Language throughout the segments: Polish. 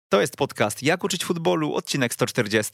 To jest podcast Jak uczyć futbolu, odcinek 140.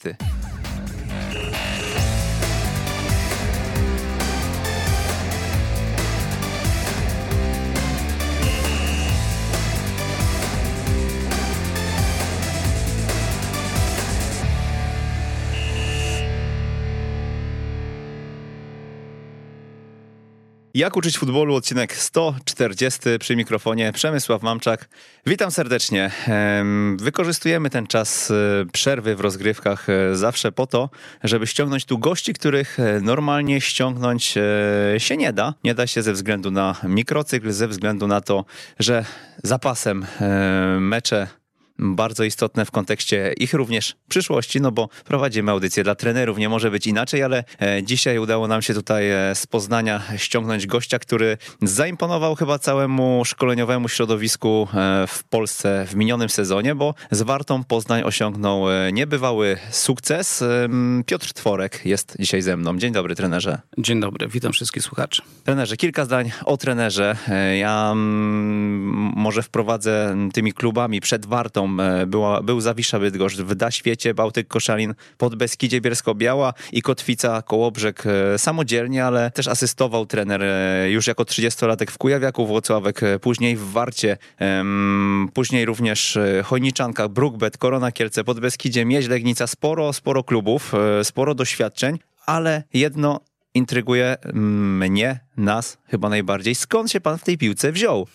Jak uczyć futbolu, odcinek 140, przy mikrofonie Przemysław Mamczak. Witam serdecznie. Wykorzystujemy ten czas przerwy w rozgrywkach zawsze po to, żeby ściągnąć tu gości, których normalnie ściągnąć się nie da. Nie da się ze względu na mikrocykl, ze względu na to, że zapasem mecze bardzo istotne w kontekście ich również przyszłości, no bo prowadzimy audycję dla trenerów, nie może być inaczej, ale dzisiaj udało nam się tutaj z Poznania ściągnąć gościa, który zaimponował chyba całemu szkoleniowemu środowisku w Polsce w minionym sezonie, bo z Wartą Poznań osiągnął niebywały sukces. Piotr Tworek jest dzisiaj ze mną. Dzień dobry, trenerze. Dzień dobry, witam wszystkich słuchaczy. Trenerze, kilka zdań o trenerze. Ja może wprowadzę tymi klubami przed Wartą. Był Zawisza Bydgoszcz, w Daświecie, Bałtyk Koszalin, Podbeskidzie, Bielsko-Biała i Kotwica Kołobrzeg samodzielnie, ale też asystował trener już jako 30-latek w Kujawiaku Włocławek, później w Warcie, później również Chojniczanka, Brukbet, Korona Kielce, Podbeskidzie, Mieź Legnica, sporo klubów, sporo doświadczeń, ale jedno intryguje mnie, nas chyba najbardziej. Skąd się pan w tej piłce wziął?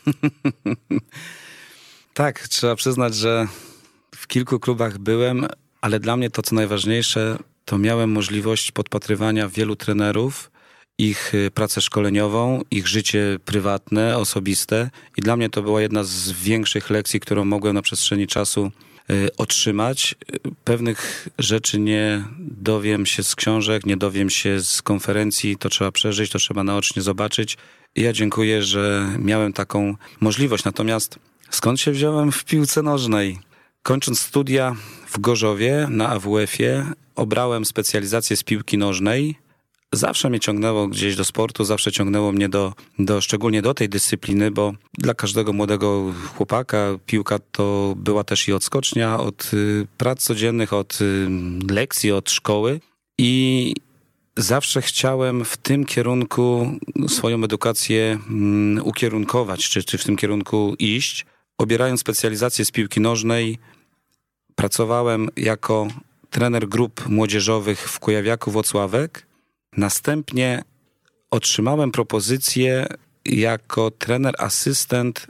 Tak, trzeba przyznać, że w kilku klubach byłem, ale dla mnie to, co najważniejsze, to miałem możliwość podpatrywania wielu trenerów, ich pracę szkoleniową, ich życie prywatne, osobiste i dla mnie to była jedna z większych lekcji, którą mogłem na przestrzeni czasu otrzymać. Pewnych rzeczy nie dowiem się z książek, nie dowiem się z konferencji, to trzeba przeżyć, to trzeba naocznie zobaczyć i ja dziękuję, że miałem taką możliwość. Natomiast skąd się wziąłem w piłce nożnej? Kończąc studia w Gorzowie na AWF-ie, obrałem specjalizację z piłki nożnej. Zawsze mnie ciągnęło gdzieś do sportu, zawsze ciągnęło mnie szczególnie do tej dyscypliny, bo dla każdego młodego chłopaka piłka to była też i odskocznia od prac codziennych, od lekcji, od szkoły i zawsze chciałem w tym kierunku swoją edukację ukierunkować, czy w tym kierunku iść. Obierając specjalizację z piłki nożnej, pracowałem jako trener grup młodzieżowych w Kujawiaku Włocławek. Następnie otrzymałem propozycję jako trener asystent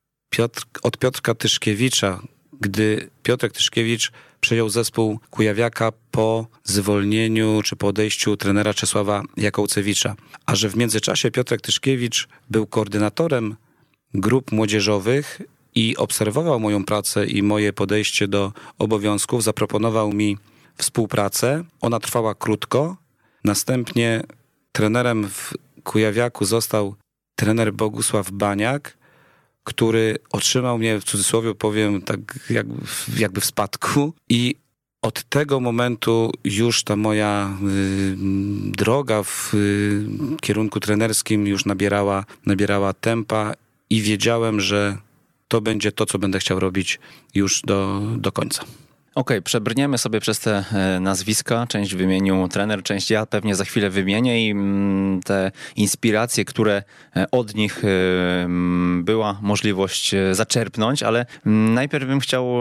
od Piotrka Tyszkiewicza, gdy Piotrek Tyszkiewicz przejął zespół Kujawiaka po zwolnieniu czy po odejściu trenera Czesława Jakołcewicza. A że w międzyczasie Piotrek Tyszkiewicz był koordynatorem grup młodzieżowych i obserwował moją pracę i moje podejście do obowiązków, zaproponował mi współpracę. Ona trwała krótko. Następnie trenerem w Kujawiaku został trener Bogusław Baniak, który otrzymał mnie, w cudzysłowie powiem, tak jakby w spadku i od tego momentu już ta moja droga w kierunku trenerskim już nabierała tempa i wiedziałem, że to będzie to, co będę chciał robić już do końca. Okej, przebrniemy sobie przez te nazwiska, część wymienił trener, część ja pewnie za chwilę wymienię i te inspiracje, które od nich była możliwość zaczerpnąć, ale najpierw bym chciał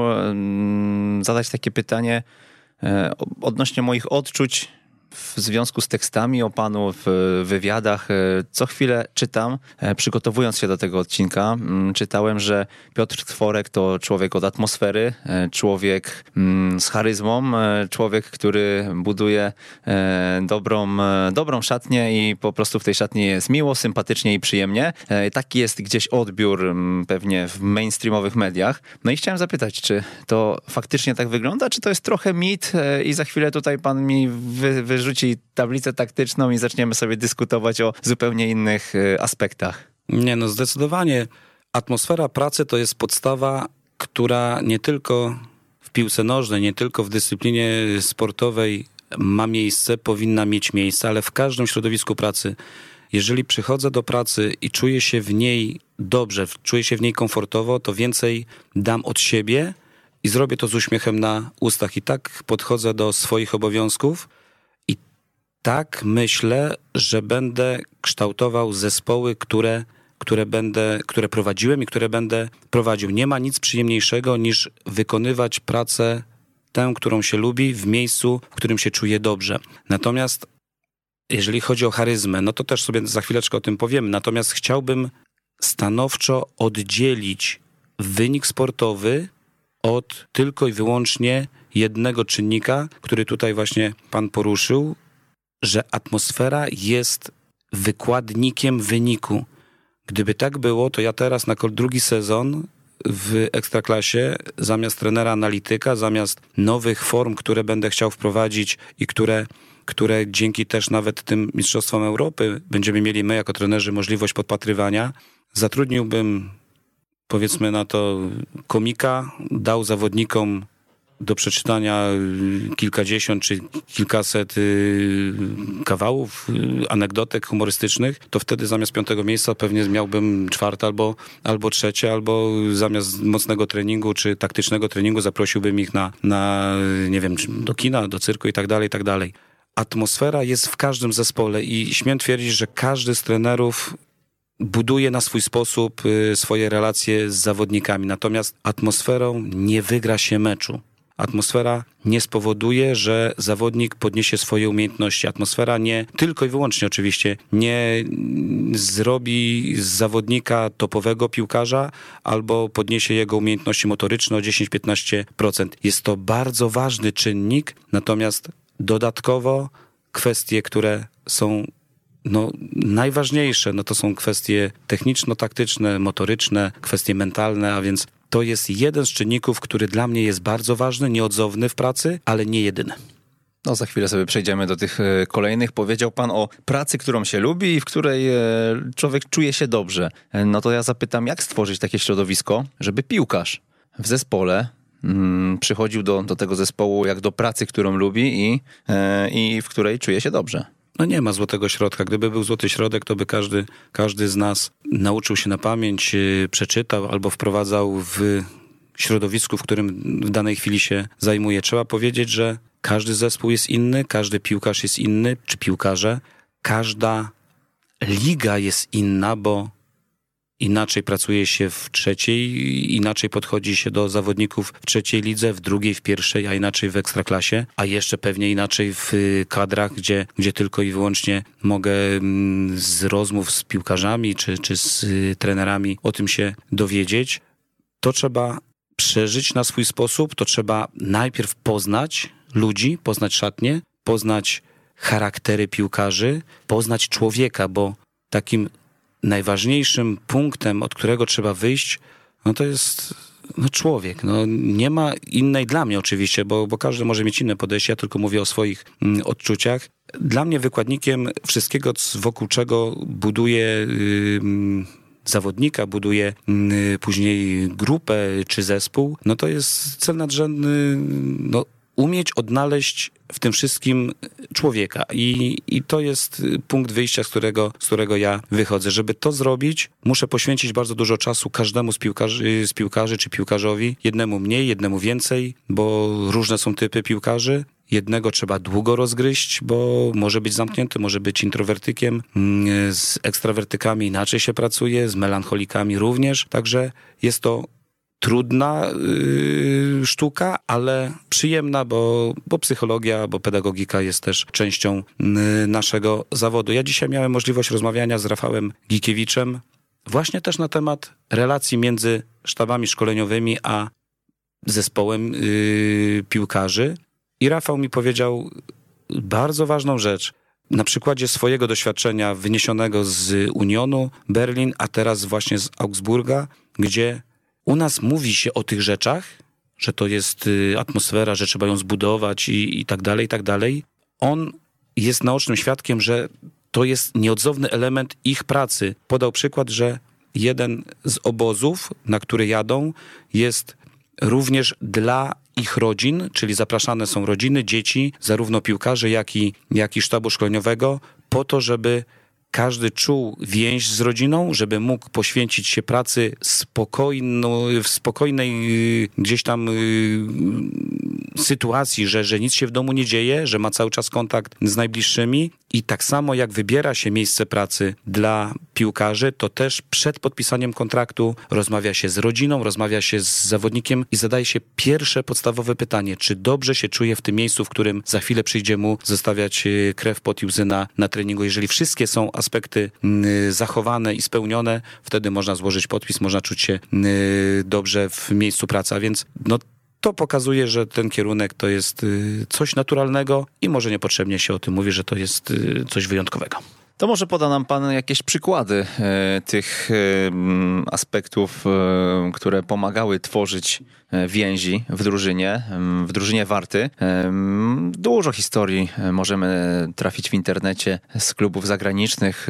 zadać takie pytanie odnośnie moich odczuć w związku z tekstami o panu w wywiadach. Co chwilę czytam, przygotowując się do tego odcinka, czytałem, że Piotr Tworek to człowiek od atmosfery, człowiek z charyzmą, człowiek, który buduje dobrą szatnię i po prostu w tej szatni jest miło, sympatycznie i przyjemnie. Taki jest gdzieś odbiór pewnie w mainstreamowych mediach. No i chciałem zapytać, czy to faktycznie tak wygląda, czy to jest trochę mit i za chwilę tutaj pan mi wyrzuci tablicę taktyczną i zaczniemy sobie dyskutować o zupełnie innych aspektach. Nie, no zdecydowanie. Atmosfera pracy to jest podstawa, która nie tylko w piłce nożnej, nie tylko w dyscyplinie sportowej ma miejsce, powinna mieć miejsce, ale w każdym środowisku pracy. Jeżeli przychodzę do pracy i czuję się w niej dobrze, czuję się w niej komfortowo, to więcej dam od siebie i zrobię to z uśmiechem na ustach. I tak podchodzę do swoich obowiązków i tak myślę, że będę kształtował zespoły, które prowadziłem i które będę prowadził. Nie ma nic przyjemniejszego niż wykonywać pracę tę, którą się lubi, w miejscu, w którym się czuje dobrze. Natomiast jeżeli chodzi o charyzmę, no to też sobie za chwileczkę o tym powiemy. Natomiast chciałbym stanowczo oddzielić wynik sportowy od tylko i wyłącznie jednego czynnika, który tutaj właśnie pan poruszył, że atmosfera jest wykładnikiem wyniku. Gdyby tak było, to ja teraz na drugi sezon w Ekstraklasie zamiast trenera analityka, zamiast nowych form, które będę chciał wprowadzić i które dzięki też nawet tym Mistrzostwom Europy będziemy mieli my jako trenerzy możliwość podpatrywania, zatrudniłbym, powiedzmy na to, komika, dał zawodnikom do przeczytania kilkadziesiąt czy kilkaset kawałów, anegdotek humorystycznych, to wtedy zamiast 5. miejsca pewnie miałbym 4. albo 3, albo zamiast mocnego treningu czy taktycznego treningu zaprosiłbym ich na nie wiem, do kina, do cyrku i tak dalej, i tak dalej. Atmosfera jest w każdym zespole i śmiem twierdzić, że każdy z trenerów buduje na swój sposób swoje relacje z zawodnikami. Natomiast atmosferą nie wygra się meczu. Atmosfera nie spowoduje, że zawodnik podniesie swoje umiejętności. Atmosfera nie, tylko i wyłącznie oczywiście, nie zrobi z zawodnika topowego piłkarza albo podniesie jego umiejętności motoryczne o 10-15%. Jest to bardzo ważny czynnik, natomiast dodatkowo kwestie, które są najważniejsze, to są kwestie techniczno-taktyczne, motoryczne, kwestie mentalne, a więc to jest jeden z czynników, który dla mnie jest bardzo ważny, nieodzowny w pracy, ale nie jedyny. No za chwilę sobie przejdziemy do tych kolejnych. Powiedział pan o pracy, którą się lubi i w której człowiek czuje się dobrze. No to ja zapytam, jak stworzyć takie środowisko, żeby piłkarz w zespole przychodził do tego zespołu jak do pracy, którą lubi i w której czuje się dobrze. No nie ma złotego środka. Gdyby był złoty środek, to by każdy z nas nauczył się na pamięć, przeczytał albo wprowadzał w środowisku, w którym w danej chwili się zajmuje. Trzeba powiedzieć, że każdy zespół jest inny, każdy piłkarz jest inny, czy piłkarze. Każda liga jest inna, bo inaczej pracuje się w trzeciej, inaczej podchodzi się do zawodników w trzeciej lidze, w drugiej, w pierwszej, a inaczej w Ekstraklasie, a jeszcze pewnie inaczej w kadrach, gdzie tylko i wyłącznie mogę z rozmów z piłkarzami czy z trenerami o tym się dowiedzieć. To trzeba przeżyć na swój sposób, to trzeba najpierw poznać ludzi, poznać szatnię, poznać charaktery piłkarzy, poznać człowieka, bo takim najważniejszym punktem, od którego trzeba wyjść, to jest człowiek. Nie ma innej dla mnie oczywiście, bo każdy może mieć inne podejście, ja tylko mówię o swoich odczuciach. Dla mnie wykładnikiem wszystkiego, wokół czego buduję zawodnika, buduję później grupę czy zespół, to jest cel nadrzędny, umieć odnaleźć w tym wszystkim człowieka. I to jest punkt wyjścia, z którego ja wychodzę. Żeby to zrobić, muszę poświęcić bardzo dużo czasu każdemu z piłkarzy czy piłkarzowi. Jednemu mniej, jednemu więcej, bo różne są typy piłkarzy. Jednego trzeba długo rozgryźć, bo może być zamknięty, może być introwertykiem. Z ekstrawertykami inaczej się pracuje, z melancholikami również. Także jest to trudna sztuka, ale przyjemna, bo psychologia, bo pedagogika jest też częścią naszego zawodu. Ja dzisiaj miałem możliwość rozmawiania z Rafałem Gikiewiczem właśnie też na temat relacji między sztabami szkoleniowymi a zespołem piłkarzy. I Rafał mi powiedział bardzo ważną rzecz. Na przykładzie swojego doświadczenia wyniesionego z Unionu Berlin, a teraz właśnie z Augsburga, gdzie u nas mówi się o tych rzeczach, że to jest atmosfera, że trzeba ją zbudować i tak dalej, i tak dalej. On jest naocznym świadkiem, że to jest nieodzowny element ich pracy. Podał przykład, że jeden z obozów, na który jadą, jest również dla ich rodzin, czyli zapraszane są rodziny, dzieci, zarówno piłkarzy, jak i sztabu szkoleniowego, po to, żeby każdy czuł więź z rodziną, żeby mógł poświęcić się pracy w spokojnej gdzieś tam sytuacji, że nic się w domu nie dzieje, że ma cały czas kontakt z najbliższymi. I tak samo jak wybiera się miejsce pracy dla piłkarzy, to też przed podpisaniem kontraktu rozmawia się z rodziną, rozmawia się z zawodnikiem i zadaje się pierwsze podstawowe pytanie, czy dobrze się czuje w tym miejscu, w którym za chwilę przyjdzie mu zostawiać krew, pot i łzy na treningu. Jeżeli wszystkie są aspekty zachowane i spełnione, wtedy można złożyć podpis, można czuć się dobrze w miejscu pracy. A więc to pokazuje, że ten kierunek to jest coś naturalnego i może niepotrzebnie się o tym mówi, że to jest coś wyjątkowego. To może poda nam pan jakieś przykłady tych aspektów, które pomagały tworzyć więzi w drużynie Warty. Dużo historii możemy trafić w internecie z klubów zagranicznych,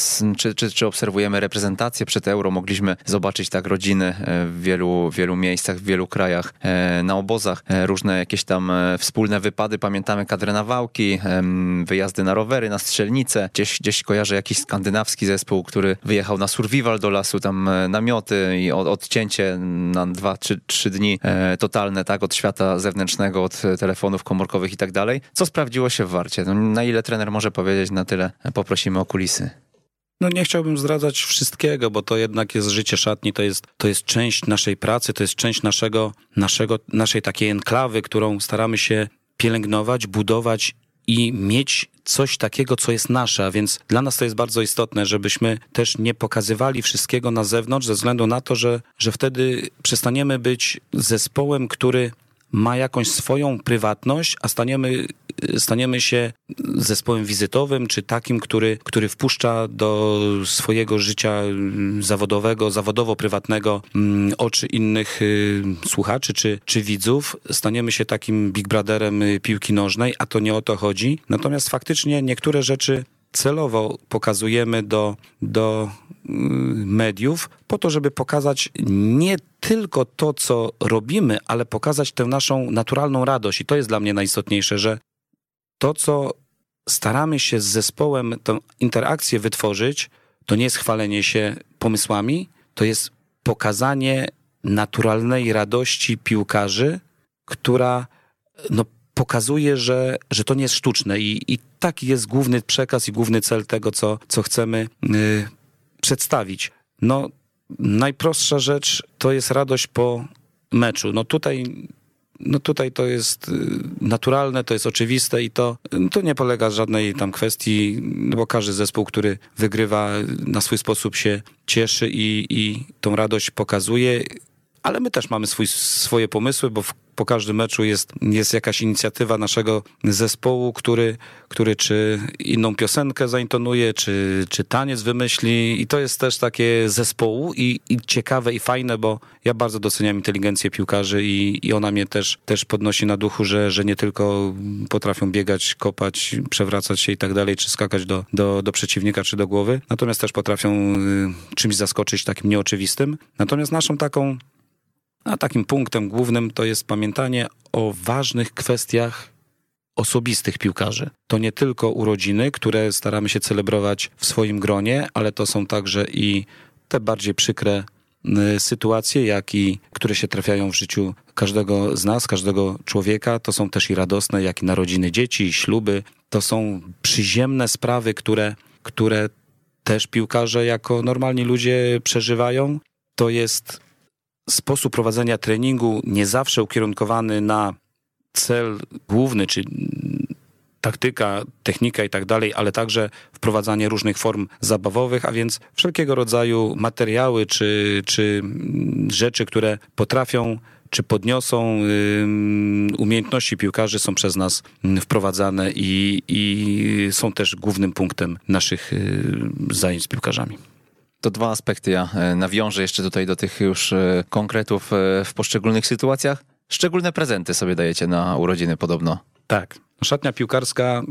czy obserwujemy reprezentację przed Euro. Mogliśmy zobaczyć tak rodziny w wielu miejscach, w wielu krajach, na obozach, różne jakieś tam wspólne wypady. Pamiętamy kadrę na wałki, wyjazdy na rowery, na strzelnice. Gdzieś kojarzę jakiś skandynawski zespół, który wyjechał na survival do lasu, tam namioty i odcięcie na 2-3 dni totalne, tak, od świata zewnętrznego, od telefonów komórkowych i tak dalej. Co sprawdziło się w Warcie? Na ile trener może powiedzieć, na tyle poprosimy o kulisy. Nie chciałbym zdradzać wszystkiego, bo to jednak jest życie szatni, to jest część naszej pracy, to jest część naszej takiej enklawy, którą staramy się pielęgnować, budować i mieć coś takiego, co jest nasze, a więc dla nas to jest bardzo istotne, żebyśmy też nie pokazywali wszystkiego na zewnątrz ze względu na to, że wtedy przestaniemy być zespołem, który ma jakąś swoją prywatność, a staniemy się zespołem wizytowym, czy takim, który wpuszcza do swojego życia zawodowo-prywatnego oczy innych słuchaczy czy widzów. Staniemy się takim Big Brotherem piłki nożnej, a to nie o to chodzi. Natomiast faktycznie niektóre rzeczy celowo pokazujemy do mediów po to, żeby pokazać nie tylko to, co robimy, ale pokazać tę naszą naturalną radość. I to jest dla mnie najistotniejsze, że to, co staramy się z zespołem, tę interakcję wytworzyć, to nie jest chwalenie się pomysłami, to jest pokazanie naturalnej radości piłkarzy, która pokazuje, że to nie jest sztuczne i taki jest główny przekaz i główny cel tego, co chcemy przedstawić. Najprostsza rzecz to jest radość po meczu. Tutaj to jest naturalne, to jest oczywiste i to nie polega żadnej tam kwestii, bo każdy zespół, który wygrywa, na swój sposób się cieszy i tą radość pokazuje, ale my też mamy swoje pomysły, bo po każdym meczu jest jakaś inicjatywa naszego zespołu, który czy inną piosenkę zaintonuje, czy taniec wymyśli i to jest też takie zespołu i ciekawe i fajne, bo ja bardzo doceniam inteligencję piłkarzy i ona mnie też podnosi na duchu, że nie tylko potrafią biegać, kopać, przewracać się i tak dalej, czy skakać do przeciwnika, czy do głowy, natomiast też potrafią czymś zaskoczyć takim nieoczywistym. Natomiast takim punktem głównym to jest pamiętanie o ważnych kwestiach osobistych piłkarzy. To nie tylko urodziny, które staramy się celebrować w swoim gronie, ale to są także i te bardziej przykre sytuacje, które się trafiają w życiu każdego z nas, każdego człowieka. To są też i radosne, jak i narodziny dzieci, śluby. To są przyziemne sprawy, które też piłkarze jako normalni ludzie przeżywają. To jest sposób prowadzenia treningu nie zawsze ukierunkowany na cel główny, czy taktyka, technika i tak dalej, ale także wprowadzanie różnych form zabawowych, a więc wszelkiego rodzaju materiały czy rzeczy, które potrafią czy podniosą umiejętności piłkarzy, są przez nas wprowadzane i są też głównym punktem naszych zajęć z piłkarzami. To dwa aspekty. Ja nawiążę jeszcze tutaj do tych już konkretów w poszczególnych sytuacjach. Szczególne prezenty sobie dajecie na urodziny podobno. Tak. Szatnia piłkarska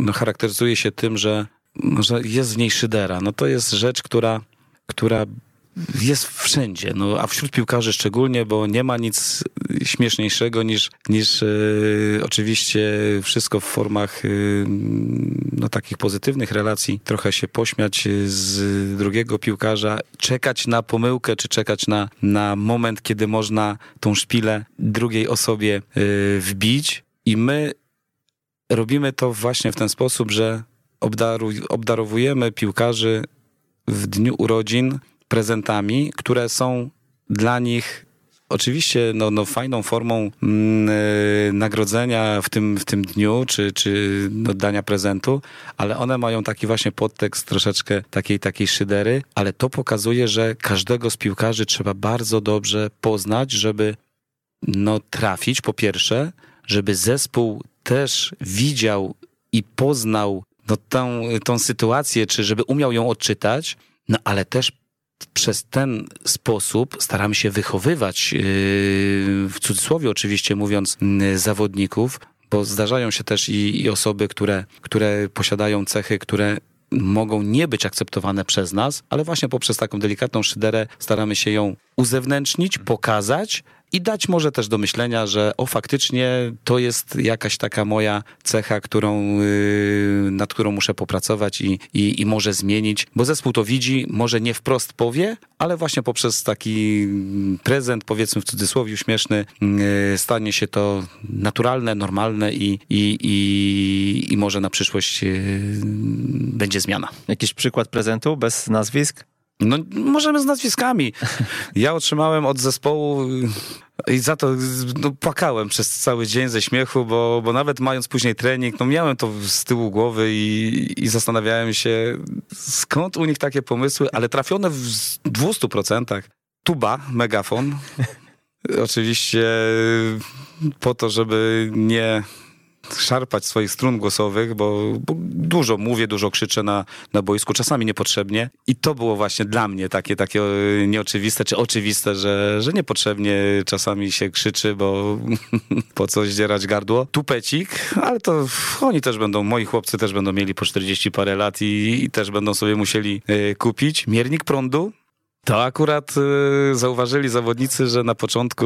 charakteryzuje się tym, że jest w niej szydera. To jest rzecz, która jest wszędzie, no, a wśród piłkarzy szczególnie, bo nie ma nic śmieszniejszego niż oczywiście wszystko w formach no, takich pozytywnych relacji, trochę się pośmiać z drugiego piłkarza, czekać na pomyłkę, czy czekać na moment, kiedy można tą szpilę drugiej osobie wbić i my robimy to właśnie w ten sposób, że obdarowujemy piłkarzy w dniu urodzin prezentami, które są dla nich oczywiście no, fajną formą nagrodzenia w tym dniu, czy no, dania prezentu, ale one mają taki właśnie podtekst troszeczkę takiej szydery, ale to pokazuje, że każdego z piłkarzy trzeba bardzo dobrze poznać, żeby no, trafić po pierwsze, żeby zespół też widział i poznał no, tą sytuację, czy żeby umiał ją odczytać, no ale też przez ten sposób staramy się wychowywać, w cudzysłowie oczywiście mówiąc, zawodników, bo zdarzają się też i osoby, które posiadają cechy, które mogą nie być akceptowane przez nas, ale właśnie poprzez taką delikatną szyderę staramy się ją uzewnętrznić, pokazać i dać może też do myślenia, że faktycznie to jest jakaś taka moja cecha, nad którą muszę popracować i może zmienić, bo zespół to widzi, może nie wprost powie, ale właśnie poprzez taki prezent, powiedzmy w cudzysłowie śmieszny, stanie się to naturalne, normalne i może na przyszłość będzie zmiana. Jakiś przykład prezentu bez nazwisk? No, możemy z nazwiskami. Ja otrzymałem od zespołu i za to no, płakałem przez cały dzień ze śmiechu, bo nawet mając później trening, no miałem to z tyłu głowy i zastanawiałem się, skąd u nich takie pomysły, ale trafione w 200%. Tuba, megafon. Oczywiście po to, żeby nie szarpać swoich strun głosowych, bo dużo mówię, dużo krzyczę na boisku, czasami niepotrzebnie. I to było właśnie dla mnie takie nieoczywiste, czy oczywiste, że niepotrzebnie czasami się krzyczy, bo po co zdzierać gardło. Tupecik, ale to oni też będą, moi chłopcy też będą mieli po 40 parę lat i też będą sobie musieli kupić. Miernik prądu. To akurat zauważyli zawodnicy, że na początku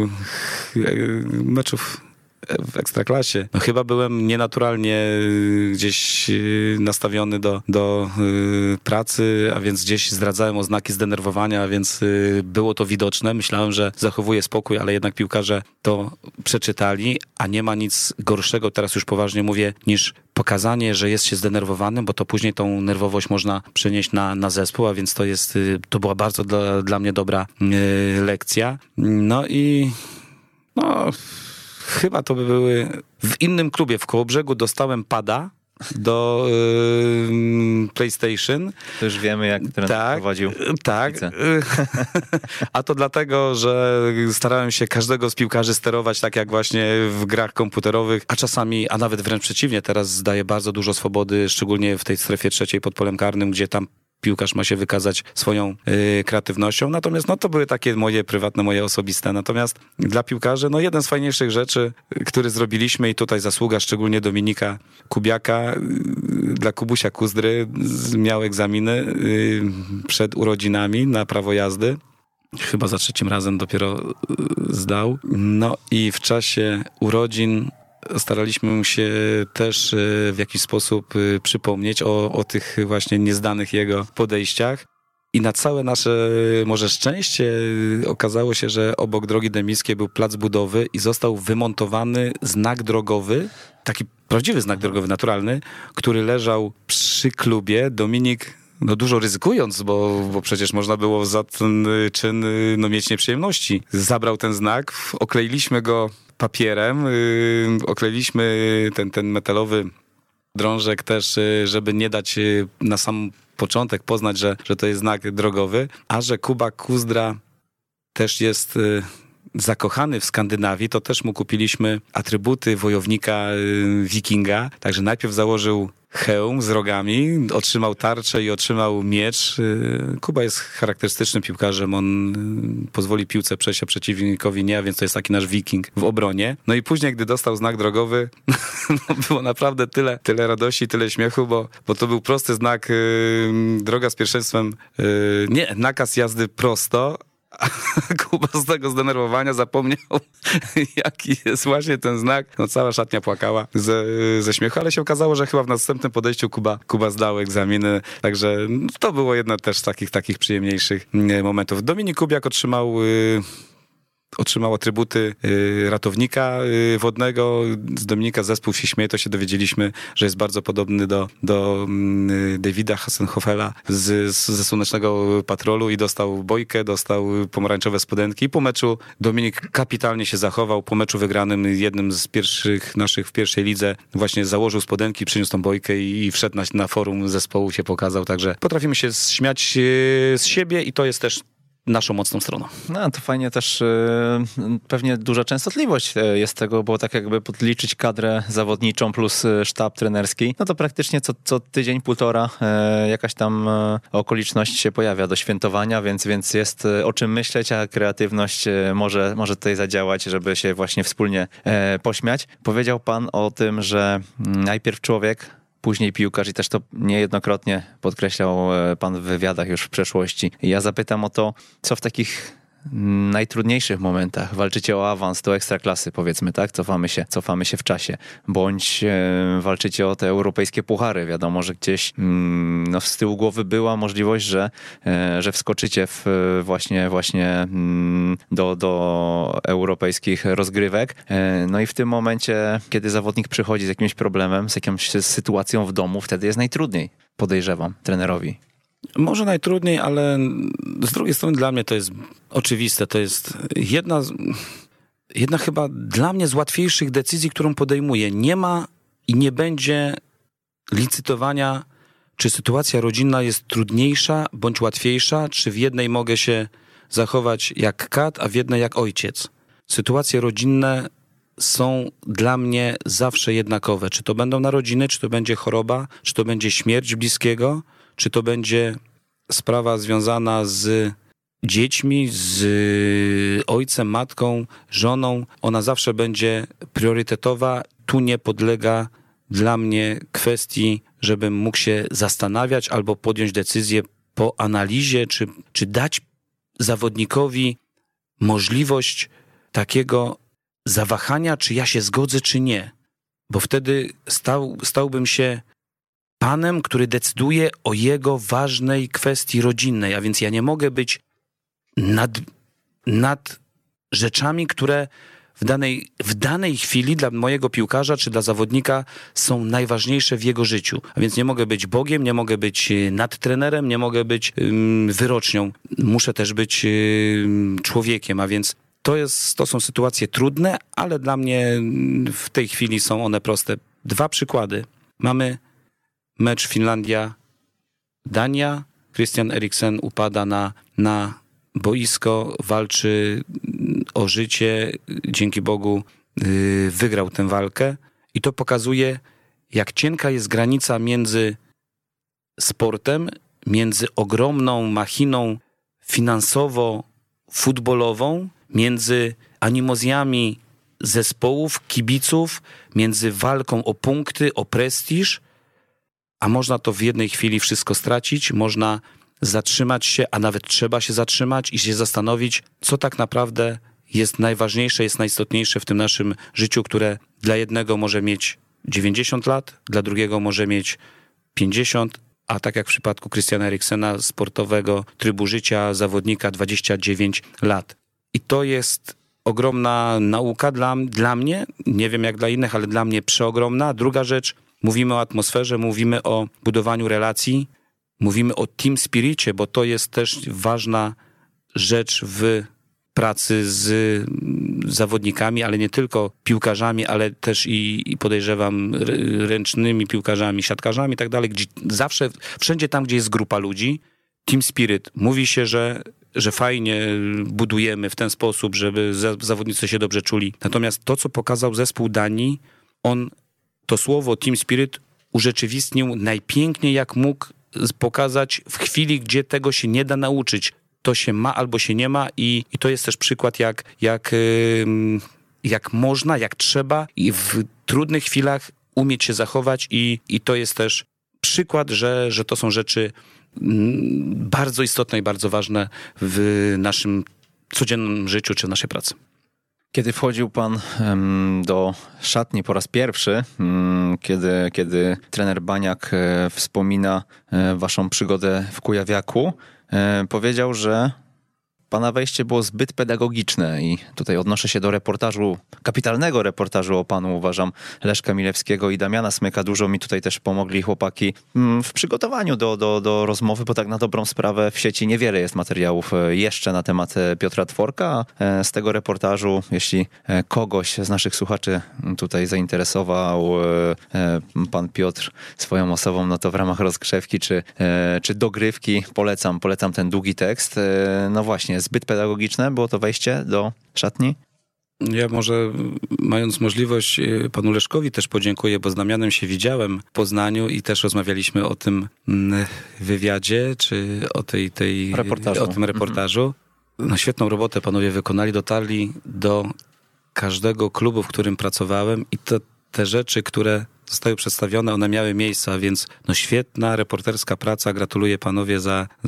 meczów w Ekstraklasie. No chyba byłem nienaturalnie gdzieś nastawiony do pracy, a więc gdzieś zdradzałem oznaki zdenerwowania, a więc było to widoczne. Myślałem, że zachowuję spokój, ale jednak piłkarze to przeczytali, a nie ma nic gorszego, teraz już poważnie mówię, niż pokazanie, że jest się zdenerwowanym, bo to później tą nerwowość można przenieść na zespół, a więc to była bardzo dla mnie dobra lekcja. No i chyba to by były... W innym klubie w Kołobrzegu dostałem pada do PlayStation. To już wiemy, jak trener prowadził. Tak. A to dlatego, że starałem się każdego z piłkarzy sterować tak jak właśnie w grach komputerowych, a czasami, a nawet wręcz przeciwnie, teraz daję bardzo dużo swobody, szczególnie w tej strefie trzeciej pod polem karnym, gdzie tam piłkarz ma się wykazać swoją kreatywnością. Natomiast to były takie moje prywatne, moje osobiste. Natomiast dla piłkarzy, jeden z fajniejszych rzeczy, który zrobiliśmy i tutaj zasługa szczególnie Dominika Kubiaka, dla Kubusia Kuzdry miał egzaminy przed urodzinami na prawo jazdy. Chyba za 3. razem dopiero zdał. No i w czasie urodzin staraliśmy mu się też w jakiś sposób przypomnieć o tych właśnie niezdanych jego podejściach. I na całe nasze może szczęście okazało się, że obok drogi Dębickiej był plac budowy i został wymontowany znak drogowy, taki prawdziwy znak drogowy, naturalny, który leżał przy klubie. Dominik, dużo ryzykując, bo przecież można było za ten czyn mieć nieprzyjemności, zabrał ten znak, okleiliśmy go papierem, okleiliśmy ten metalowy drążek też, żeby nie dać na sam początek poznać, że to jest znak drogowy, a że Kuba Kuzdra też jest zakochany w Skandynawii, to też mu kupiliśmy atrybuty wojownika wikinga, także najpierw założył hełm z rogami, otrzymał tarczę i otrzymał miecz. Kuba jest charakterystycznym piłkarzem, on pozwoli piłce przejść, a przeciwnikowi nie, a więc to jest taki nasz wiking w obronie. No i później, gdy dostał znak drogowy, no było naprawdę tyle radości, tyle śmiechu, bo to był prosty znak, droga z pierwszeństwem, nie, nakaz jazdy prosto. Kuba z tego zdenerwowania zapomniał, jaki jest właśnie ten znak. No cała szatnia płakała ze śmiechu, ale się okazało, że chyba w następnym podejściu Kuba zdał egzaminy, także to było jedno też z takich przyjemniejszych momentów. Dominik Kubiak otrzymał atrybuty ratownika wodnego. Z Dominika zespół się śmieje, to się dowiedzieliśmy, że jest bardzo podobny do Davida Hassenhoffela ze Słonecznego Patrolu i dostał bojkę, dostał pomarańczowe spodenki. I po meczu Dominik kapitalnie się zachował. Po meczu wygranym, jednym z pierwszych naszych w pierwszej lidze, właśnie założył spodenki, przyniósł tą bojkę i wszedł na forum zespołu, się pokazał. Także potrafimy się śmiać z siebie i to jest też naszą mocną stroną. No to fajnie też pewnie duża częstotliwość jest tego, bo tak jakby podliczyć kadrę zawodniczą plus sztab trenerski, no to praktycznie co tydzień, półtora jakaś tam okoliczność się pojawia do świętowania, więc jest o czym myśleć, a kreatywność może tutaj zadziałać, żeby się właśnie wspólnie pośmiać. Powiedział pan o tym, że najpierw człowiek, później piłkarz i też to niejednokrotnie podkreślał pan w wywiadach już w przeszłości. Ja zapytam o to, co w takich najtrudniejszych momentach walczycie o awans do ekstraklasy, powiedzmy, tak? Cofamy się w czasie. Bądź walczycie o te europejskie puchary. Wiadomo, że gdzieś z tyłu głowy była możliwość, że wskoczycie właśnie do europejskich rozgrywek. No i w tym momencie, kiedy zawodnik przychodzi z jakimś problemem, z jakąś sytuacją w domu, wtedy jest najtrudniej, podejrzewam, trenerowi. Może najtrudniej, ale z drugiej strony dla mnie to jest oczywiste. To jest jedna chyba dla mnie z łatwiejszych decyzji, którą podejmuję. Nie ma i nie będzie licytowania, czy sytuacja rodzinna jest trudniejsza bądź łatwiejsza, czy w jednej mogę się zachować jak kat, a w jednej jak ojciec. Sytuacje rodzinne są dla mnie zawsze jednakowe. Czy to będą narodziny, czy to będzie choroba, czy to będzie śmierć bliskiego, czy to będzie sprawa związana z dziećmi, z ojcem, matką, żoną. Ona zawsze będzie priorytetowa. Tu nie podlega dla mnie kwestii, żebym mógł się zastanawiać albo podjąć decyzję po analizie, czy dać zawodnikowi możliwość takiego zawahania, czy ja się zgodzę, czy nie. Bo wtedy stałbym się panem, który decyduje o jego ważnej kwestii rodzinnej, a więc ja nie mogę być nad rzeczami, które w danej chwili dla mojego piłkarza czy dla zawodnika są najważniejsze w jego życiu. A więc nie mogę być Bogiem, nie mogę być nad trenerem, nie mogę być wyrocznią. Muszę też być człowiekiem, a więc to są sytuacje trudne, ale dla mnie w tej chwili są one proste. 2 przykłady. Mamy mecz Finlandia-Dania. Christian Eriksen upada na boisko, walczy o życie. Dzięki Bogu wygrał tę walkę. I to pokazuje, jak cienka jest granica między sportem, między ogromną machiną finansowo-futbolową, między animozjami zespołów, kibiców, między walką o punkty, o prestiż, a można to w jednej chwili wszystko stracić, można zatrzymać się, a nawet trzeba się zatrzymać i się zastanowić, co tak naprawdę jest najważniejsze, jest najistotniejsze w tym naszym życiu, które dla jednego może mieć 90 lat, dla drugiego może mieć 50, a tak jak w przypadku Christiana Eriksena, sportowego trybu życia, zawodnika 29 lat. I to jest ogromna nauka dla mnie, nie wiem jak dla innych, ale dla mnie przeogromna. Druga rzecz, mówimy o atmosferze, mówimy o budowaniu relacji, mówimy o team spiricie, bo to jest też ważna rzecz w pracy z zawodnikami, ale nie tylko piłkarzami, ale też i podejrzewam ręcznymi piłkarzami, siatkarzami i tak dalej, gdzie zawsze, wszędzie tam, gdzie jest grupa ludzi, team spirit. Mówi się, że fajnie budujemy w ten sposób, żeby zawodnicy się dobrze czuli. Natomiast to, co pokazał zespół Danii, to słowo team spirit urzeczywistnił najpiękniej jak mógł pokazać w chwili, gdzie tego się nie da nauczyć. To się ma albo się nie ma i to jest też przykład jak można, jak trzeba i w trudnych chwilach umieć się zachować i to jest też przykład, że to są rzeczy bardzo istotne i bardzo ważne w naszym codziennym życiu czy w naszej pracy. Kiedy wchodził pan do szatni po raz pierwszy, kiedy trener Baniak wspomina waszą przygodę w Kujawiaku, powiedział, że pana wejście było zbyt pedagogiczne i tutaj odnoszę się do reportażu, kapitalnego reportażu o panu, uważam, Leszka Milewskiego i Damiana Smyka. Dużo mi tutaj też pomogli chłopaki w przygotowaniu do rozmowy, bo tak na dobrą sprawę w sieci niewiele jest materiałów jeszcze na temat Piotra Tworka. Z tego reportażu, jeśli kogoś z naszych słuchaczy tutaj zainteresował pan Piotr swoją osobą, no to w ramach rozgrzewki czy dogrywki polecam ten długi tekst. No właśnie, zbyt pedagogiczne było to wejście do szatni? Ja może, mając możliwość, panu Leszkowi też podziękuję, bo z Damianem się widziałem w Poznaniu i też rozmawialiśmy o tym wywiadzie, czy o tym reportażu. No, świetną robotę panowie wykonali, dotarli do każdego klubu, w którym pracowałem i te rzeczy, które zostały przedstawione, one miały miejsce, a więc no świetna reporterska praca. Gratuluję panowie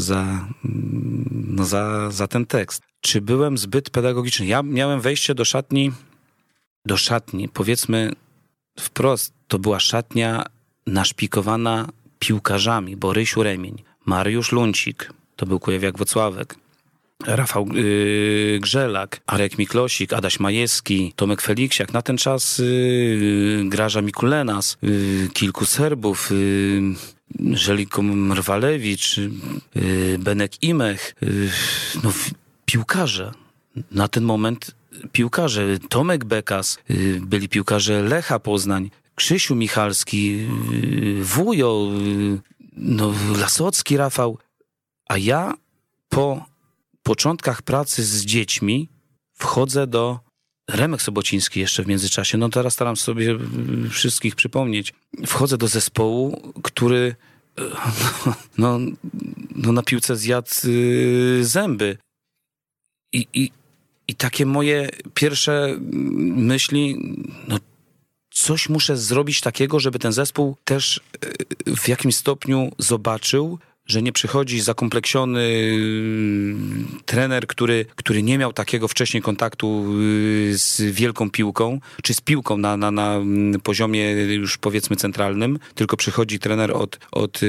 za ten tekst. Czy byłem zbyt pedagogiczny? Ja miałem wejście do szatni, powiedzmy wprost, to była szatnia naszpikowana piłkarzami. Borysiu Remień, Mariusz Luncik, to był Kujawiak Włocławek, Rafał Grzelak, Arek Miklosik, Adaś Majewski, Tomek Feliksiak, na ten czas Graża Mikulenas, kilku Serbów, Żeliko Mrwalewicz, Benek Imech, no piłkarze. Na ten moment piłkarze. Tomek Bekas, byli piłkarze Lecha Poznań, Krzysiu Michalski, Wujo, no Lasocki Rafał. A ja po początkach pracy z dziećmi wchodzę do Remek Sobociński jeszcze w międzyczasie. No teraz staram sobie wszystkich przypomnieć. Wchodzę do zespołu, który no na piłce zjadł zęby. I takie moje pierwsze myśli, no coś muszę zrobić takiego, żeby ten zespół też w jakimś stopniu zobaczył, że nie przychodzi zakompleksiony trener, który nie miał takiego wcześniej kontaktu z wielką piłką, czy z piłką na poziomie już powiedzmy centralnym, tylko przychodzi trener od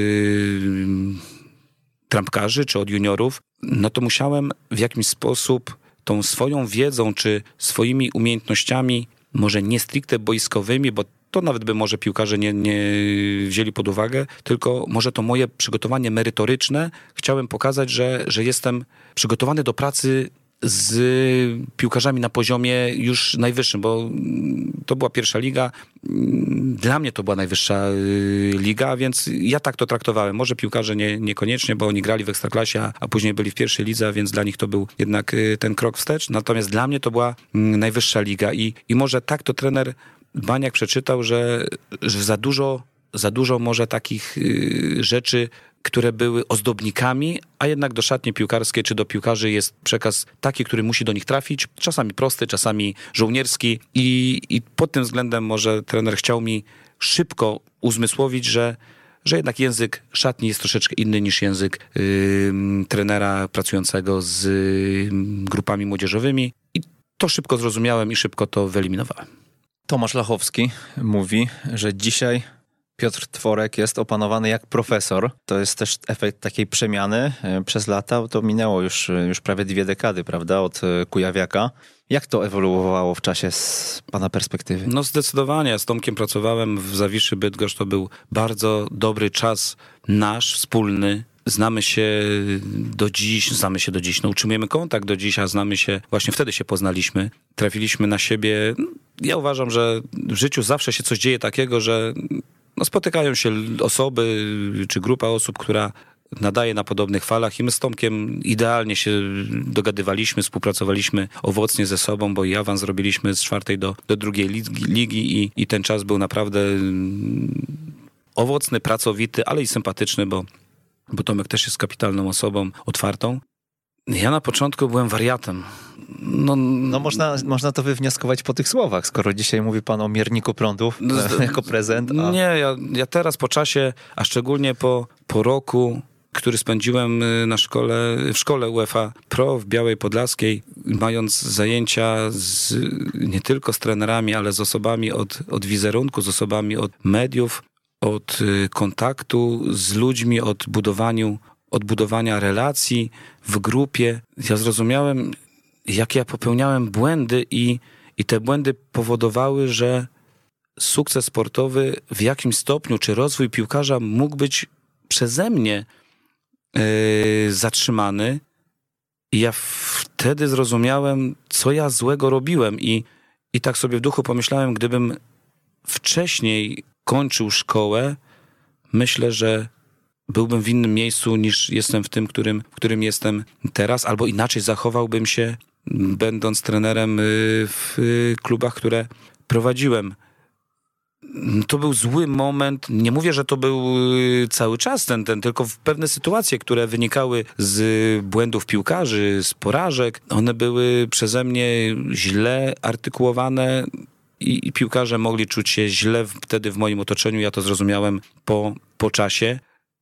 trampkarzy, czy od juniorów, no to musiałem w jakimś sposób tą swoją wiedzą, czy swoimi umiejętnościami, może nie stricte boiskowymi, bo to nawet by może piłkarze nie wzięli pod uwagę, tylko może to moje przygotowanie merytoryczne chciałem pokazać, że jestem przygotowany do pracy z piłkarzami na poziomie już najwyższym, bo to była pierwsza liga. Dla mnie to była najwyższa liga, więc ja tak to traktowałem. Może piłkarze niekoniecznie, bo oni grali w Ekstraklasie, a później byli w pierwszej lidze, więc dla nich to był jednak ten krok wstecz. Natomiast dla mnie to była najwyższa liga i może tak to trener Baniak przeczytał, że za dużo może takich rzeczy, które były ozdobnikami, a jednak do szatni piłkarskiej czy do piłkarzy jest przekaz taki, który musi do nich trafić, czasami prosty, czasami żołnierski i pod tym względem może trener chciał mi szybko uzmysłowić, że jednak język szatni jest troszeczkę inny niż język trenera pracującego z grupami młodzieżowymi i to szybko zrozumiałem i szybko to wyeliminowałem. Tomasz Lachowski mówi, że dzisiaj Piotr Tworek jest opanowany jak profesor. To jest też efekt takiej przemiany przez lata. To minęło już prawie 2 dekady, prawda, od Kujawiaka. Jak to ewoluowało w czasie z pana perspektywy? No zdecydowanie. Z Tomkiem pracowałem w Zawiszy Bydgoszcz. To był bardzo dobry czas nasz, wspólny. Znamy się do dziś, no utrzymujemy kontakt do dziś, a znamy się, właśnie wtedy się poznaliśmy. Trafiliśmy na siebie. Ja uważam, że w życiu zawsze się coś dzieje takiego, że no spotykają się osoby, czy grupa osób, która nadaje na podobnych falach i my z Tomkiem idealnie się dogadywaliśmy, współpracowaliśmy owocnie ze sobą, bo i awans zrobiliśmy z 4. do 2. ligi i ten czas był naprawdę owocny, pracowity, ale i sympatyczny, bo Tomek też jest kapitalną osobą, otwartą. Ja na początku byłem wariatem. No można to wywnioskować po tych słowach, skoro dzisiaj mówi pan o mierniku prądów jako prezent. Nie, ja teraz po czasie, a szczególnie po roku, który spędziłem w szkole UEFA Pro w Białej Podlaskiej, mając zajęcia nie tylko z trenerami, ale z osobami od wizerunku, z osobami od mediów, od kontaktu z ludźmi, od budowania relacji w grupie. Ja zrozumiałem, jakie ja popełniałem błędy i te błędy powodowały, że sukces sportowy w jakimś stopniu, czy rozwój piłkarza mógł być przeze mnie zatrzymany. I ja wtedy zrozumiałem, co ja złego robiłem i tak sobie w duchu pomyślałem, gdybym wcześniej kończył szkołę, myślę, że byłbym w innym miejscu niż jestem w tym, w którym jestem teraz, albo inaczej zachowałbym się, będąc trenerem w klubach, które prowadziłem. To był zły moment. Nie mówię, że to był cały czas ten, tylko w pewne sytuacje, które wynikały z błędów piłkarzy, z porażek, one były przeze mnie źle artykułowane i piłkarze mogli czuć się źle wtedy w moim otoczeniu. Ja to zrozumiałem po czasie.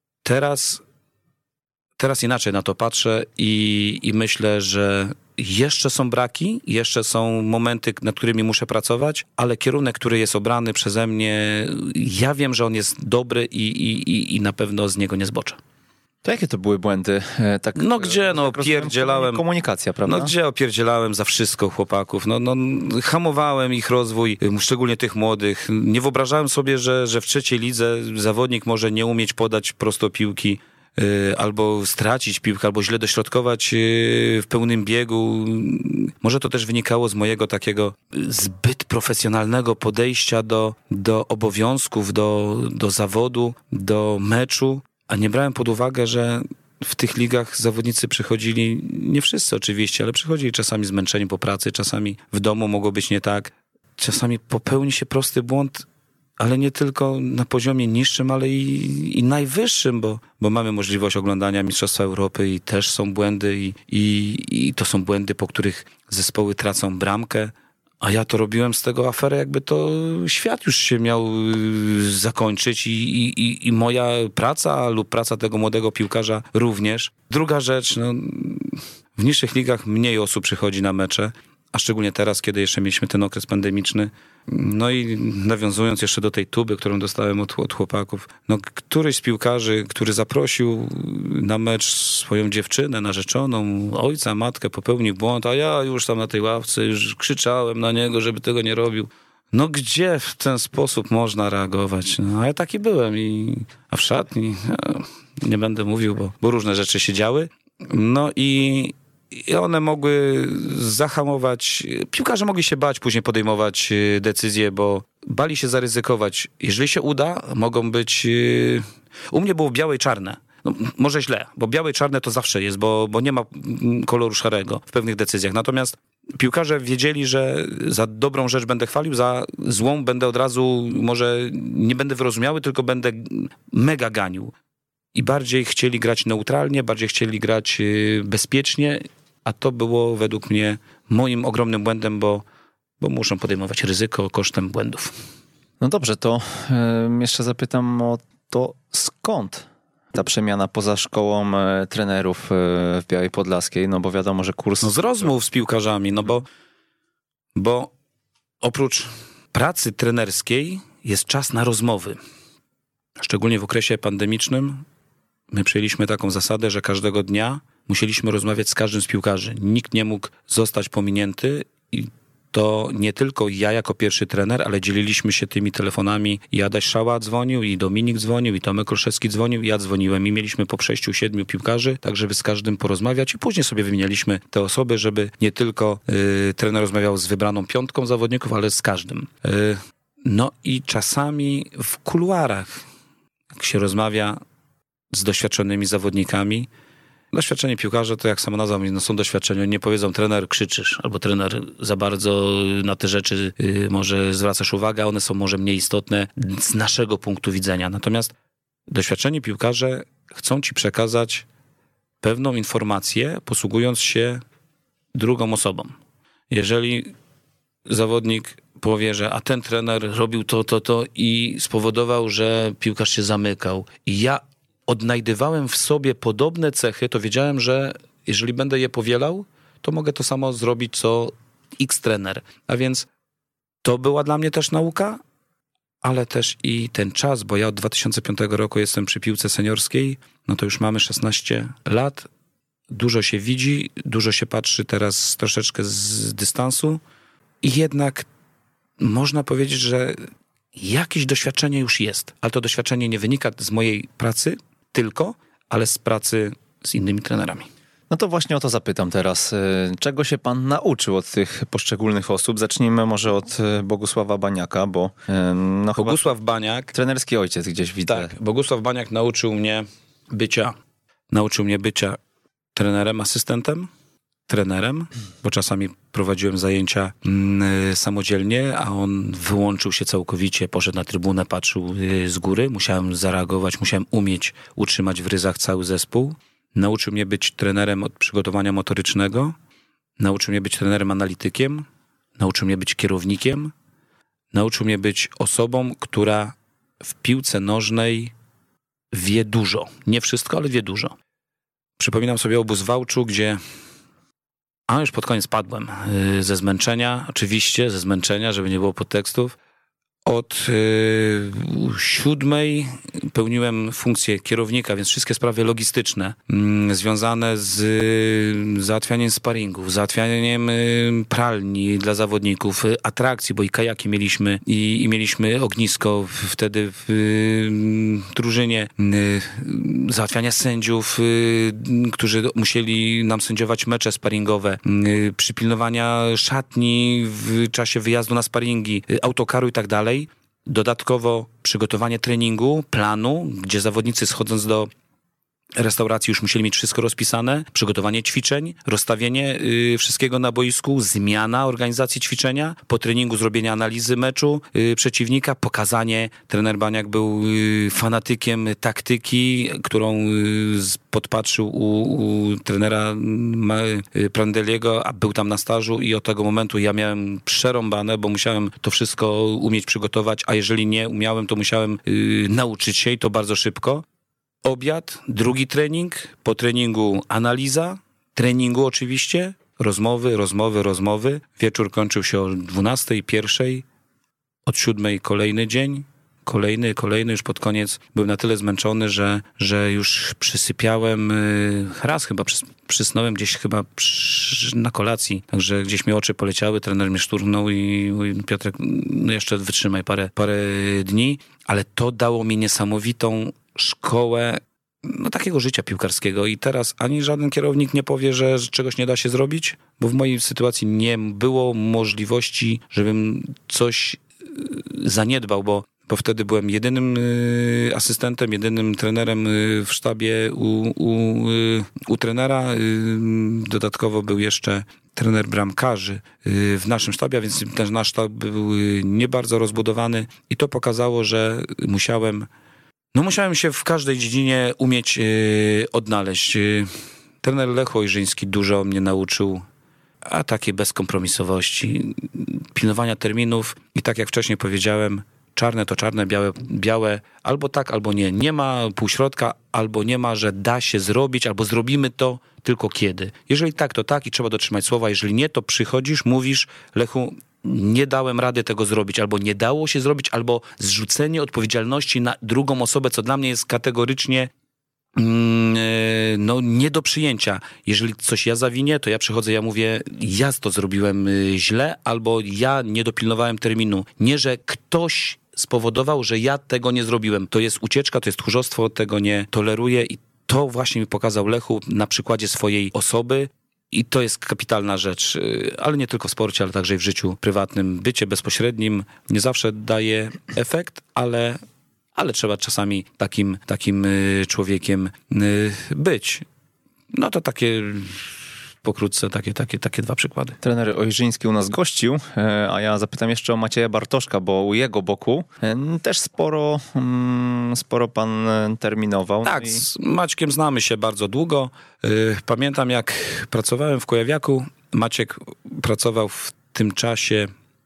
Teraz inaczej na to patrzę i myślę, że jeszcze są braki, jeszcze są momenty, nad którymi muszę pracować, ale kierunek, który jest obrany przeze mnie, ja wiem, że on jest dobry i na pewno z niego nie zboczę. To jakie to były błędy? Opierdzielałem. Komunikacja, prawda? Opierdzielałem za wszystko chłopaków. Hamowałem ich rozwój, szczególnie tych młodych. Nie wyobrażałem sobie, że w trzeciej lidze zawodnik może nie umieć podać prosto piłki, albo stracić piłkę, albo źle dośrodkować w pełnym biegu. Może to też wynikało z mojego takiego zbyt profesjonalnego podejścia do obowiązków, do zawodu, do meczu, a nie brałem pod uwagę, że w tych ligach zawodnicy przychodzili, nie wszyscy oczywiście, ale przychodzili czasami zmęczeni po pracy, czasami w domu mogło być nie tak. Czasami popełni się prosty błąd, ale nie tylko na poziomie niższym, ale i najwyższym, bo mamy możliwość oglądania Mistrzostwa Europy i też są błędy i to są błędy, po których zespoły tracą bramkę, a ja to robiłem z tego aferę, jakby to świat już się miał zakończyć i moja praca lub praca tego młodego piłkarza również. Druga rzecz, w niższych ligach mniej osób przychodzi na mecze, a szczególnie teraz, kiedy jeszcze mieliśmy ten okres pandemiczny. I nawiązując jeszcze do tej tuby, którą dostałem od chłopaków, któryś z piłkarzy, który zaprosił na mecz swoją dziewczynę, narzeczoną, ojca, matkę, popełnił błąd, a ja już tam na tej ławce już krzyczałem na niego, żeby tego nie robił. Gdzie w ten sposób można reagować? A ja taki byłem a w szatni, nie będę mówił, bo różne rzeczy się działy. I one mogły zahamować. Piłkarze mogli się bać później podejmować decyzje, bo bali się zaryzykować. Jeżeli się uda, mogą być... U mnie było białe i czarne. Może źle, bo białe i czarne to zawsze jest, bo nie ma koloru szarego w pewnych decyzjach. Natomiast piłkarze wiedzieli, że za dobrą rzecz będę chwalił, za złą będę od razu, może nie będę wyrozumiały, tylko będę mega ganił. I bardziej chcieli grać neutralnie, bardziej chcieli grać bezpiecznie, a to było według mnie moim ogromnym błędem, bo muszą podejmować ryzyko kosztem błędów. No dobrze, to jeszcze zapytam o to, skąd ta przemiana poza szkołą trenerów w Białej Podlaskiej, bo wiadomo, że kurs... Z rozmów z piłkarzami, bo oprócz pracy trenerskiej jest czas na rozmowy. Szczególnie w okresie pandemicznym my przyjęliśmy taką zasadę, że każdego dnia musieliśmy rozmawiać z każdym z piłkarzy. Nikt nie mógł zostać pominięty i to nie tylko ja jako pierwszy trener, ale dzieliliśmy się tymi telefonami. I Adaś Szała dzwonił, i Dominik dzwonił, i Tomek Olszewski dzwonił, i ja dzwoniłem. I mieliśmy po 6-7 piłkarzy, tak żeby z każdym porozmawiać i później sobie wymienialiśmy te osoby, żeby nie tylko trener rozmawiał z wybraną piątką zawodników, ale z każdym. I czasami w kuluarach, jak się rozmawia z doświadczonymi zawodnikami, Doświadczeni piłkarze to jak sama nazwa mówi, no są doświadczeni. Oni nie powiedzą trener krzyczysz, albo trener za bardzo na te rzeczy może zwracasz uwagę, one są może mniej istotne z naszego punktu widzenia. Natomiast doświadczeni piłkarze chcą ci przekazać pewną informację, posługując się drugą osobą. Jeżeli zawodnik powie, że a ten trener robił to i spowodował, że piłkarz się zamykał i ja odnajdywałem w sobie podobne cechy, to wiedziałem, że jeżeli będę je powielał, to mogę to samo zrobić, co X trener. A więc to była dla mnie też nauka, ale też i ten czas, bo ja od 2005 roku jestem przy piłce seniorskiej, no to już mamy 16 lat, dużo się widzi, dużo się patrzy teraz troszeczkę z dystansu i jednak można powiedzieć, że jakieś doświadczenie już jest, ale to doświadczenie nie wynika z mojej pracy tylko, ale z pracy z innymi trenerami. No to właśnie o to zapytam teraz. Czego się pan nauczył od tych poszczególnych osób? Zacznijmy może od Bogusława Baniaka, bo no Bogusław Baniak, trenerski ojciec gdzieś widzę. Tak, Bogusław Baniak nauczył mnie bycia trenerem, asystentem, trenerem, bo czasami prowadziłem zajęcia samodzielnie, a on wyłączył się całkowicie, poszedł na trybunę, patrzył z góry, musiałem zareagować, musiałem umieć utrzymać w ryzach cały zespół. Nauczył mnie być trenerem od przygotowania motorycznego, nauczył mnie być trenerem analitykiem, nauczył mnie być kierownikiem, nauczył mnie być osobą, która w piłce nożnej wie dużo. Nie wszystko, ale wie dużo. Przypominam sobie obóz w Wałczu, gdzie już pod koniec padłem ze zmęczenia, oczywiście ze zmęczenia, żeby nie było podtekstów. Od 7 pełniłem funkcję kierownika, więc wszystkie sprawy logistyczne związane z załatwianiem sparingów, załatwianiem pralni dla zawodników, atrakcji, bo i kajaki mieliśmy i mieliśmy ognisko wtedy w drużynie, załatwiania sędziów, którzy musieli nam sędziować mecze sparingowe, przypilnowania szatni w czasie wyjazdu na sparingi, autokaru i tak dalej. Dodatkowo przygotowanie treningu, planu, gdzie zawodnicy schodząc do restauracji już musieli mieć wszystko rozpisane, przygotowanie ćwiczeń, rozstawienie wszystkiego na boisku, zmiana organizacji ćwiczenia, po treningu zrobienie analizy meczu przeciwnika, pokazanie. Trener Baniak był fanatykiem taktyki, którą podpatrzył u trenera Prandeliego, a był tam na stażu i od tego momentu ja miałem przerąbane, bo musiałem to wszystko umieć przygotować, a jeżeli nie umiałem, to musiałem nauczyć się i to bardzo szybko. Obiad, drugi trening, po treningu analiza, treningu oczywiście, rozmowy. Wieczór kończył się o 12, 1, od 7 kolejny dzień, kolejny, już pod koniec byłem na tyle zmęczony, że już przysypiałem, raz chyba przysnąłem gdzieś chyba na kolacji, także gdzieś mi oczy poleciały, trener mnie szturchnął i mówi, Piotrek, no jeszcze wytrzymaj parę dni, ale to dało mi niesamowitą szkołę takiego życia piłkarskiego i teraz ani żaden kierownik nie powie, że czegoś nie da się zrobić, bo w mojej sytuacji nie było możliwości, żebym coś zaniedbał, bo wtedy byłem jedynym asystentem, jedynym trenerem w sztabie u trenera. Dodatkowo był jeszcze trener bramkarzy w naszym sztabie, a więc ten nasz sztab był nie bardzo rozbudowany i to pokazało, że musiałem się w każdej dziedzinie umieć odnaleźć. Trener Lech Ojrzyński dużo mnie nauczył, a takiej bezkompromisowości, pilnowania terminów i tak jak wcześniej powiedziałem, czarne to czarne, białe, albo tak, albo nie. Nie ma półśrodka, albo nie ma, że da się zrobić, albo zrobimy to tylko kiedy. Jeżeli tak, to tak i trzeba dotrzymać słowa. Jeżeli nie, to przychodzisz, mówisz, Lechu, nie dałem rady tego zrobić, albo nie dało się zrobić, albo zrzucenie odpowiedzialności na drugą osobę, co dla mnie jest kategorycznie nie do przyjęcia. Jeżeli coś ja zawinię, to ja przychodzę, ja mówię, ja to zrobiłem źle, albo ja nie dopilnowałem terminu. Nie, że ktoś spowodował, że ja tego nie zrobiłem. To jest ucieczka, to jest tchórzostwo, tego nie toleruję i to właśnie mi pokazał Lechu na przykładzie swojej osoby. I to jest kapitalna rzecz, ale nie tylko w sporcie, ale także i w życiu prywatnym. Bycie bezpośrednim nie zawsze daje efekt, ale trzeba czasami takim człowiekiem być. No to takie pokrótce, takie dwa przykłady. Trener Ojrzyński u nas gościł, a ja zapytam jeszcze o Macieja Bartoszka, bo u jego boku też sporo pan terminował. Tak, z Maćkiem znamy się bardzo długo. Pamiętam, jak pracowałem w Kujawiaku, Maciek pracował w tym czasie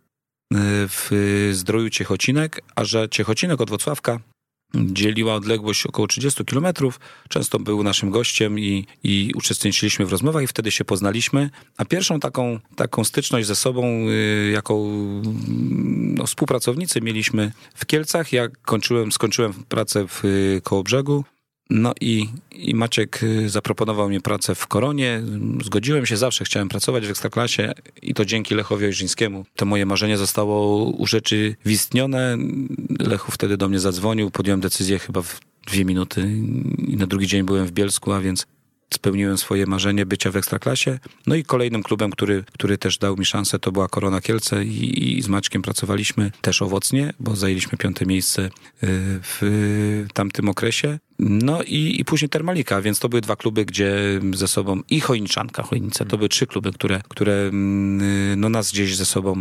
w Zdroju Ciechocinek, a że Ciechocinek od Włocławka dzieliła odległość około 30 kilometrów. Często był naszym gościem i uczestniczyliśmy w rozmowach i wtedy się poznaliśmy. A pierwszą taką styczność ze sobą jako współpracownicy mieliśmy w Kielcach. Ja skończyłem pracę w Kołobrzegu. No i Maciek zaproponował mi pracę w Koronie. Zgodziłem się, zawsze chciałem pracować w Ekstraklasie i to dzięki Lechowi Ojrzyńskiemu. To moje marzenie zostało urzeczywistnione. Lechu wtedy do mnie zadzwonił, podjąłem decyzję chyba w 2 minuty i na drugi dzień byłem w Bielsku, a więc spełniłem swoje marzenie bycia w Ekstraklasie. No i kolejnym klubem, który też dał mi szansę, to była Korona Kielce i z Maćkiem pracowaliśmy też owocnie, bo zajęliśmy 5. miejsce w tamtym okresie. No i później Termalika, więc to były 2 kluby, gdzie ze sobą i Chojnice, to były 3 kluby, które no nas gdzieś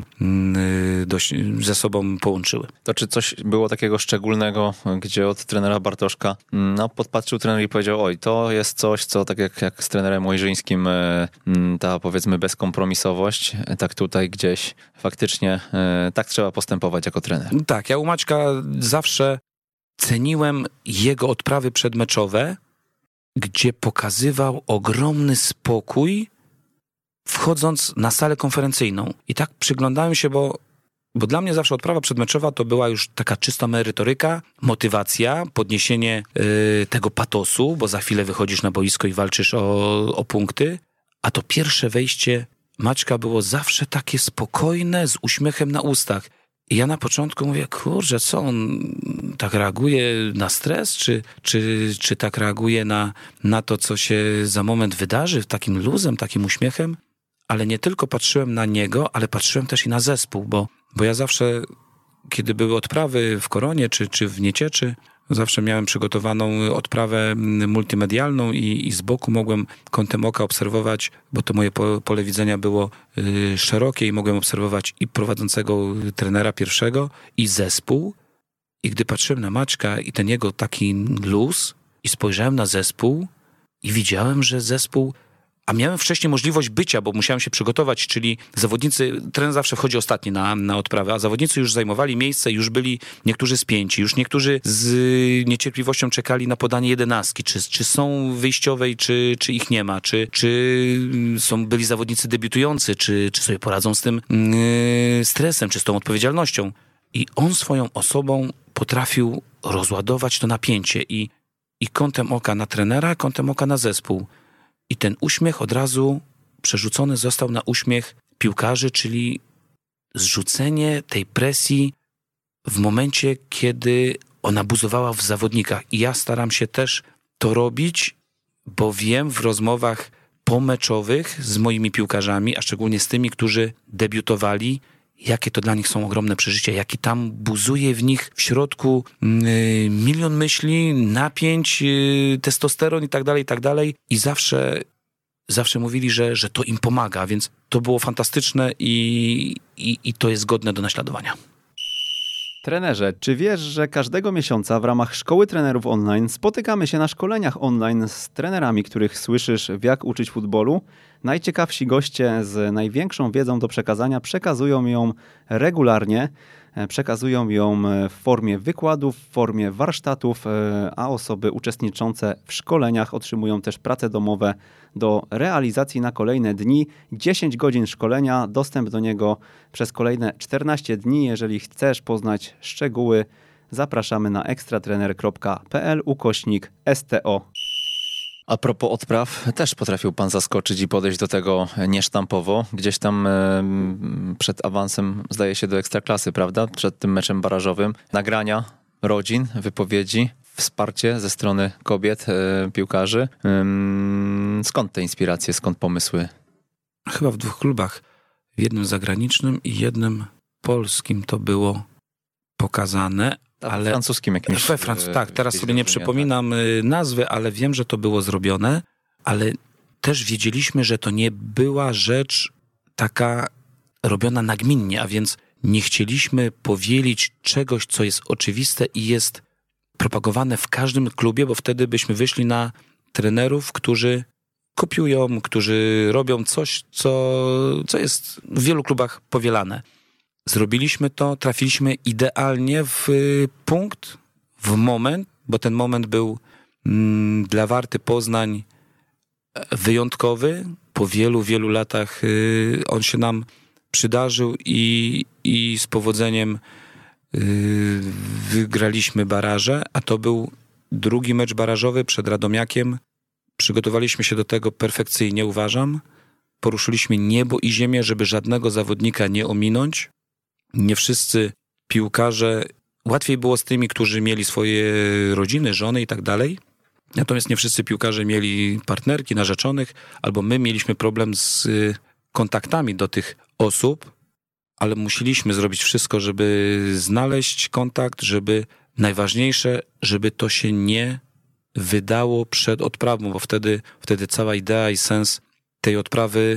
ze sobą połączyły. To czy coś było takiego szczególnego, gdzie od trenera Bartoszka podpatrzył trener i powiedział, oj, to jest coś, co tak jak z trenerem Ojrzyńskim ta powiedzmy bezkompromisowość, tak tutaj gdzieś faktycznie tak trzeba postępować jako trener. Tak, ja u Maćka zawsze ceniłem jego odprawy przedmeczowe, gdzie pokazywał ogromny spokój, wchodząc na salę konferencyjną. I tak przyglądałem się, bo dla mnie zawsze odprawa przedmeczowa to była już taka czysta merytoryka, motywacja, podniesienie tego patosu, bo za chwilę wychodzisz na boisko i walczysz o punkty. A to pierwsze wejście Maćka było zawsze takie spokojne, z uśmiechem na ustach. I ja na początku mówię, kurczę, co on tak reaguje na stres, czy tak reaguje na to, co się za moment wydarzy, takim luzem, takim uśmiechem. Ale nie tylko patrzyłem na niego, ale patrzyłem też i na zespół, bo ja zawsze, kiedy były odprawy w Koronie czy w Niecieczy, zawsze miałem przygotowaną odprawę multimedialną i z boku mogłem kątem oka obserwować, bo to moje pole widzenia było szerokie i mogłem obserwować i prowadzącego trenera pierwszego i zespół. I gdy patrzyłem na Maćka i ten jego taki luz i spojrzałem na zespół i widziałem, że zespół... A miałem wcześniej możliwość bycia, bo musiałem się przygotować, czyli zawodnicy, trener zawsze wchodzi ostatni na odprawę, a zawodnicy już zajmowali miejsce, już byli niektórzy spięci, już niektórzy z niecierpliwością czekali na podanie 11, czy są wyjściowej, czy ich nie ma, czy byli zawodnicy debiutujący, czy sobie poradzą z tym stresem, czy z tą odpowiedzialnością. I on swoją osobą potrafił rozładować to napięcie i kątem oka na trenera, kątem oka na zespół. I ten uśmiech od razu przerzucony został na uśmiech piłkarzy, czyli zrzucenie tej presji w momencie, kiedy ona buzowała w zawodnikach. I ja staram się też to robić, bo wiem w rozmowach pomeczowych z moimi piłkarzami, a szczególnie z tymi, którzy debiutowali, jakie to dla nich są ogromne przeżycia, jaki tam buzuje w nich w środku milion myśli, napięć, testosteron i tak dalej. I zawsze mówili, że to im pomaga, więc to było fantastyczne i to jest godne do naśladowania. Trenerze, czy wiesz, że każdego miesiąca w ramach Szkoły Trenerów Online spotykamy się na szkoleniach online z trenerami, których słyszysz w Jak uczyć futbolu? Najciekawsi goście z największą wiedzą do przekazania przekazują ją regularnie, przekazują ją w formie wykładów, w formie warsztatów, a osoby uczestniczące w szkoleniach otrzymują też prace domowe do realizacji na kolejne dni. 10 godzin szkolenia, dostęp do niego przez kolejne 14 dni. Jeżeli chcesz poznać szczegóły, zapraszamy na ekstratrener.pl/STO. A propos odpraw, też potrafił pan zaskoczyć i podejść do tego niesztampowo. Gdzieś tam przed awansem, zdaje się, do Ekstraklasy, prawda? Przed tym meczem barażowym. Nagrania rodzin, wypowiedzi, wsparcie ze strony kobiet, piłkarzy. Skąd te inspiracje, skąd pomysły? Chyba w 2 klubach. W jednym zagranicznym i jednym polskim to było pokazane. Ale francuskim jakimś. Tak, teraz sobie nie przypominam nazwy, ale wiem, że to było zrobione, ale też wiedzieliśmy, że to nie była rzecz taka robiona nagminnie, a więc nie chcieliśmy powielić czegoś, co jest oczywiste i jest propagowane w każdym klubie, bo wtedy byśmy wyszli na trenerów, którzy kopiują, którzy robią coś, co jest w wielu klubach powielane. Zrobiliśmy to, trafiliśmy idealnie w punkt, w moment, bo ten moment był dla Warty Poznań wyjątkowy. Po wielu, wielu latach on się nam przydarzył i z powodzeniem wygraliśmy baraże, a to był drugi mecz barażowy przed Radomiakiem. Przygotowaliśmy się do tego perfekcyjnie, uważam. Poruszyliśmy niebo i ziemię, żeby żadnego zawodnika nie ominąć. Nie wszyscy piłkarze, łatwiej było z tymi, którzy mieli swoje rodziny, żony i tak dalej. Natomiast nie wszyscy piłkarze mieli partnerki, narzeczonych, albo my mieliśmy problem z kontaktami do tych osób, ale musieliśmy zrobić wszystko, żeby znaleźć kontakt, żeby najważniejsze, żeby to się nie wydało przed odprawą, bo wtedy cała idea i sens tej odprawy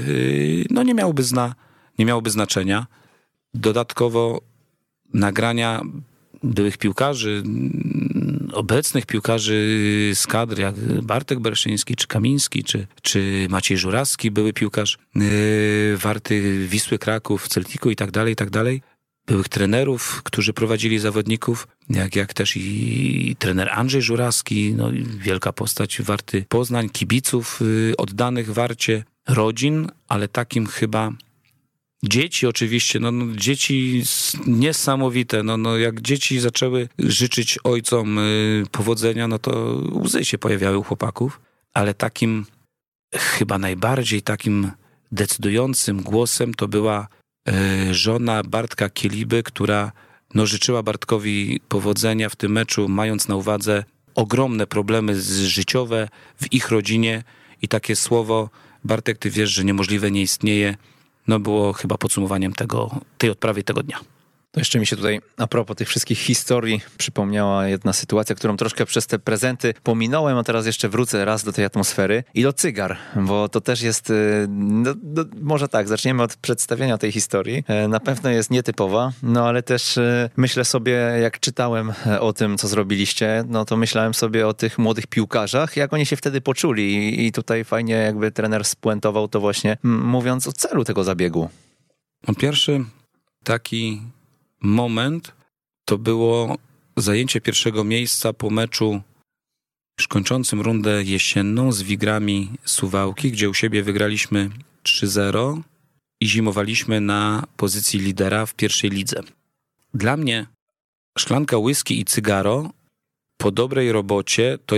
nie miałoby znaczenia. Dodatkowo nagrania byłych piłkarzy, obecnych piłkarzy z kadr, jak Bartek Bereszyński, czy Kamiński, czy Maciej Żurawski, były piłkarz Warty, Wisły Kraków, Celticu i tak dalej. Byłych trenerów, którzy prowadzili zawodników, jak też i trener Andrzej Żurawski, wielka postać Warty Poznań, kibiców oddanych Warcie, rodzin, ale takim chyba dzieci oczywiście, dzieci niesamowite, jak dzieci zaczęły życzyć ojcom powodzenia, to łzy się pojawiały u chłopaków, ale takim chyba najbardziej takim decydującym głosem to była żona Bartka Kieliby, która życzyła Bartkowi powodzenia w tym meczu, mając na uwadze ogromne problemy życiowe w ich rodzinie i takie słowo: Bartek, ty wiesz, że niemożliwe nie istnieje, było chyba podsumowaniem tej odprawy tego dnia. To jeszcze mi się tutaj, a propos tych wszystkich historii, przypomniała jedna sytuacja, którą troszkę przez te prezenty pominąłem, a teraz jeszcze wrócę raz do tej atmosfery i do cygar, bo to też jest, może tak, zaczniemy od przedstawienia tej historii. Na pewno jest nietypowa, ale też myślę sobie, jak czytałem o tym, co zrobiliście, to myślałem sobie o tych młodych piłkarzach, jak oni się wtedy poczuli i tutaj fajnie jakby trener spuentował to właśnie, mówiąc o celu tego zabiegu. Pierwszy taki moment to było zajęcie pierwszego miejsca po meczu już kończącym rundę jesienną z Wigrami Suwałki, gdzie u siebie wygraliśmy 3-0 i zimowaliśmy na pozycji lidera w pierwszej lidze. Dla mnie szklanka whisky i cygaro po dobrej robocie to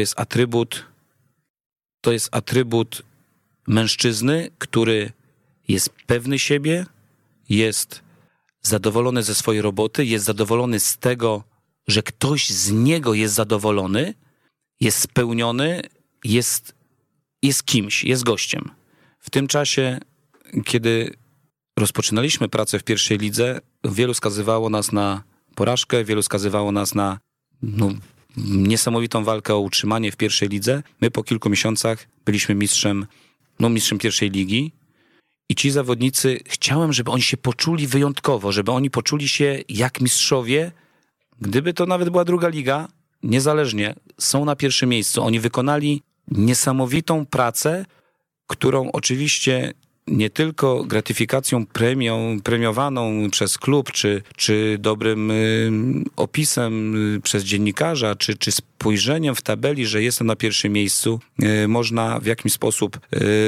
jest atrybut mężczyzny, który jest pewny siebie, jest zadowolony ze swojej roboty, jest zadowolony z tego, że ktoś z niego jest zadowolony, jest spełniony, jest kimś, jest gościem. W tym czasie, kiedy rozpoczynaliśmy pracę w pierwszej lidze, wielu skazywało nas na porażkę, wielu skazywało nas na niesamowitą walkę o utrzymanie w pierwszej lidze. My po kilku miesiącach byliśmy mistrzem pierwszej ligi. I ci zawodnicy, chciałem, żeby oni się poczuli wyjątkowo, żeby oni poczuli się jak mistrzowie. Gdyby to nawet była druga liga, niezależnie, są na pierwszym miejscu. Oni wykonali niesamowitą pracę, którą oczywiście nie tylko gratyfikacją, premiowaną przez klub, czy dobrym opisem przez dziennikarza, czy spojrzeniem w tabeli, że jestem na pierwszym miejscu, można w jakiś sposób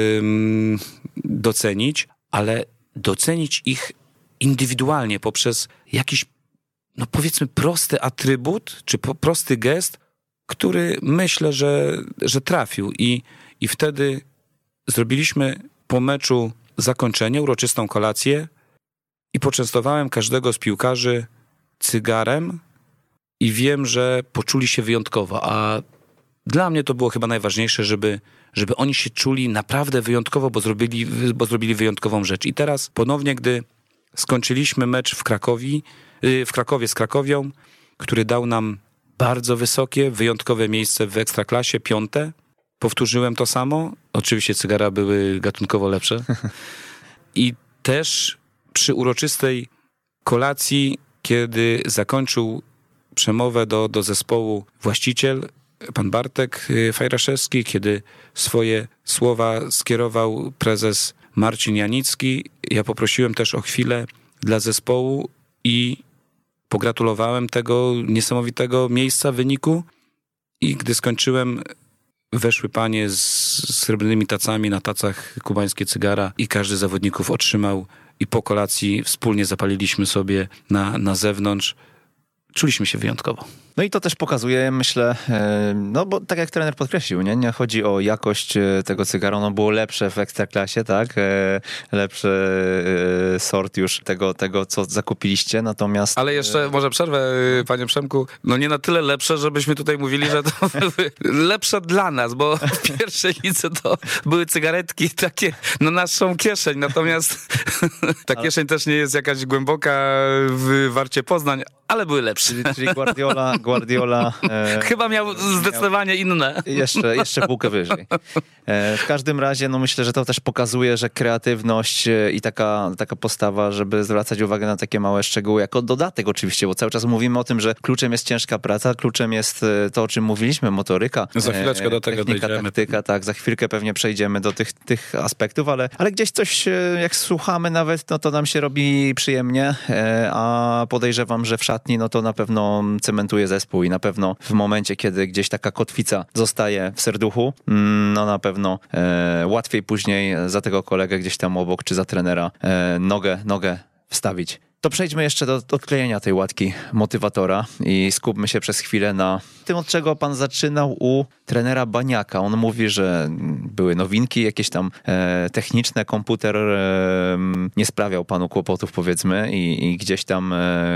docenić, ale docenić ich indywidualnie poprzez jakiś, powiedzmy, prosty atrybut, czy prosty gest, który myślę, że trafił. I wtedy zrobiliśmy po meczu zakończenie, uroczystą kolację i poczęstowałem każdego z piłkarzy cygarem i wiem, że poczuli się wyjątkowo, a dla mnie to było chyba najważniejsze, żeby oni się czuli naprawdę wyjątkowo, bo zrobili wyjątkową rzecz. I teraz ponownie, gdy skończyliśmy mecz w Krakowie z Krakowią, który dał nam bardzo wysokie, wyjątkowe miejsce w Ekstraklasie, 5. powtórzyłem to samo. Oczywiście cygara były gatunkowo lepsze. I też przy uroczystej kolacji, kiedy zakończył przemowę do zespołu właściciel, pan Bartek Fajraszewski, kiedy swoje słowa skierował prezes Marcin Janicki, ja poprosiłem też o chwilę dla zespołu i pogratulowałem tego niesamowitego miejsca, wyniku. I gdy skończyłem, weszły panie z srebrnymi tacami, na tacach kubańskie cygara i każdy z zawodników otrzymał i po kolacji wspólnie zapaliliśmy sobie na zewnątrz. Czuliśmy się wyjątkowo. No i to też pokazuje, myślę, no bo tak jak trener podkreślił, nie chodzi o jakość tego cygara, ono było lepsze w Ekstraklasie, tak? Lepszy sort już tego, co zakupiliście, natomiast... Ale jeszcze może przerwę, panie Przemku, no nie na tyle lepsze, żebyśmy tutaj mówili, że to były lepsze dla nas, bo w pierwszej lidze to były cygaretki takie na naszą kieszeń, natomiast ta kieszeń też nie jest jakaś głęboka w Warcie Poznań, ale były lepsze. Czyli Guardiola chyba miał zdecydowanie inne. Jeszcze półkę wyżej. W każdym razie, no myślę, że to też pokazuje, że kreatywność i taka postawa, żeby zwracać uwagę na takie małe szczegóły, jako dodatek oczywiście, bo cały czas mówimy o tym, że kluczem jest ciężka praca, kluczem jest to, o czym mówiliśmy, motoryka. Za chwileczkę do tego dojdziemy. Taktyka, tak, za chwilkę pewnie przejdziemy do tych aspektów, ale gdzieś coś, jak słuchamy nawet, no to nam się robi przyjemnie, a podejrzewam, że w szatni, no to na pewno cementuje zespół i na pewno w momencie, kiedy gdzieś taka kotwica zostaje w serduchu, no na pewno łatwiej później za tego kolegę gdzieś tam obok, czy za trenera nogę wstawić. To przejdźmy jeszcze do odklejenia tej łatki motywatora i skupmy się przez chwilę na tym, od czego pan zaczynał u trenera Baniaka. On mówi, że były nowinki jakieś tam techniczne, komputer nie sprawiał panu kłopotów, powiedzmy, i gdzieś tam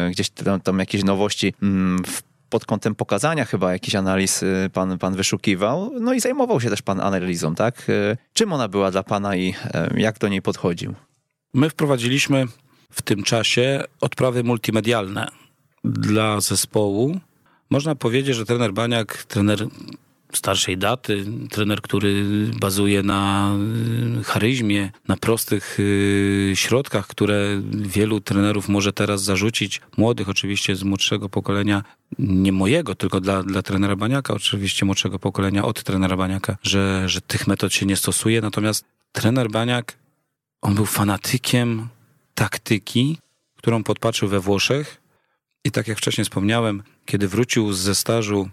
jakieś nowości pod kątem pokazania chyba jakichś analiz pan wyszukiwał, no i zajmował się też pan analizą, tak? Czym ona była dla pana i jak do niej podchodził? My wprowadziliśmy w tym czasie odprawy multimedialne dla zespołu. Można powiedzieć, że trener Baniak, trener starszej daty, trener, który bazuje na charyzmie, na prostych środkach, które wielu trenerów może teraz zarzucić, młodych oczywiście z młodszego pokolenia, nie mojego, tylko dla trenera Baniaka, oczywiście młodszego pokolenia od trenera Baniaka, że tych metod się nie stosuje. Natomiast trener Baniak, on był fanatykiem taktyki, którą podpatrzył we Włoszech i tak jak wcześniej wspomniałem, kiedy wrócił ze stażu,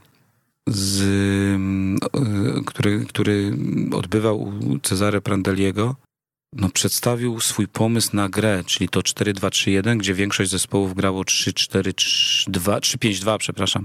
który odbywał u Cezare Prandelliego, no przedstawił swój pomysł na grę, czyli to 4-2-3-1, gdzie większość zespołów grało 3-5-2, przepraszam,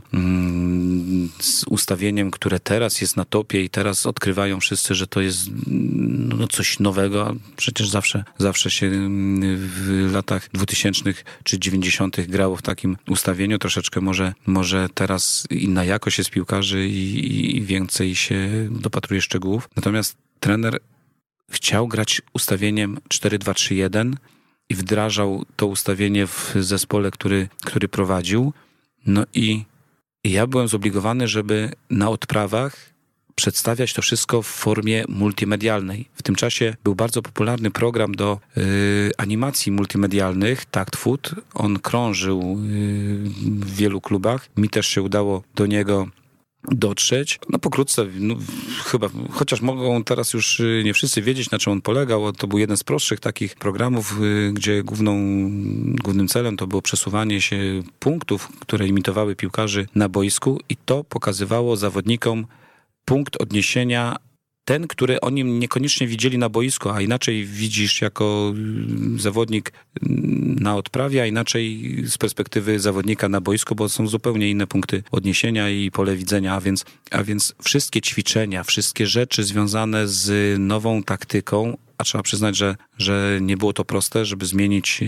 z ustawieniem, które teraz jest na topie i teraz odkrywają wszyscy, że to jest coś nowego, a przecież zawsze się w latach 2000 czy 90. grało w takim ustawieniu. Troszeczkę może teraz inna jakość jest piłkarzy i więcej się dopatruje szczegółów. Natomiast trener chciał grać ustawieniem 4-2-3-1 i wdrażał to ustawienie w zespole, który prowadził. No i ja byłem zobligowany, żeby na odprawach przedstawiać to wszystko w formie multimedialnej. W tym czasie był bardzo popularny program do animacji multimedialnych, TactFoot. On krążył w wielu klubach. Mi też się udało do niego dotrzeć. No pokrótce, chyba, chociaż mogą teraz już nie wszyscy wiedzieć, na czym on polegał. To był jeden z prostszych takich programów, gdzie głównym celem to było przesuwanie się punktów, które imitowały piłkarzy na boisku i to pokazywało zawodnikom punkt odniesienia, ten, który oni niekoniecznie widzieli na boisku, a inaczej widzisz jako zawodnik na odprawie, a inaczej z perspektywy zawodnika na boisku, bo są zupełnie inne punkty odniesienia i pole widzenia, a więc wszystkie ćwiczenia, wszystkie rzeczy związane z nową taktyką, a trzeba przyznać, że nie było to proste, żeby zmienić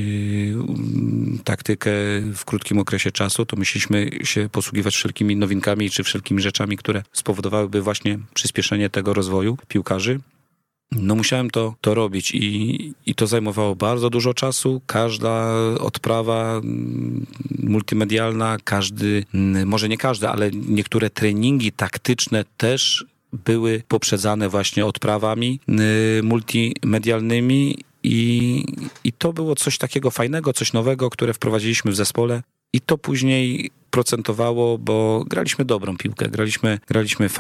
taktykę w krótkim okresie czasu, to musieliśmy się posługiwać wszelkimi nowinkami czy wszelkimi rzeczami, które spowodowałyby właśnie przyspieszenie tego rozwoju piłkarzy. No musiałem to robić i to zajmowało bardzo dużo czasu. Każda odprawa multimedialna, może nie każda, ale niektóre treningi taktyczne też były poprzedzane właśnie odprawami multimedialnymi i to było coś takiego fajnego, coś nowego, które wprowadziliśmy w zespole i to później procentowało, bo graliśmy dobrą piłkę, graliśmy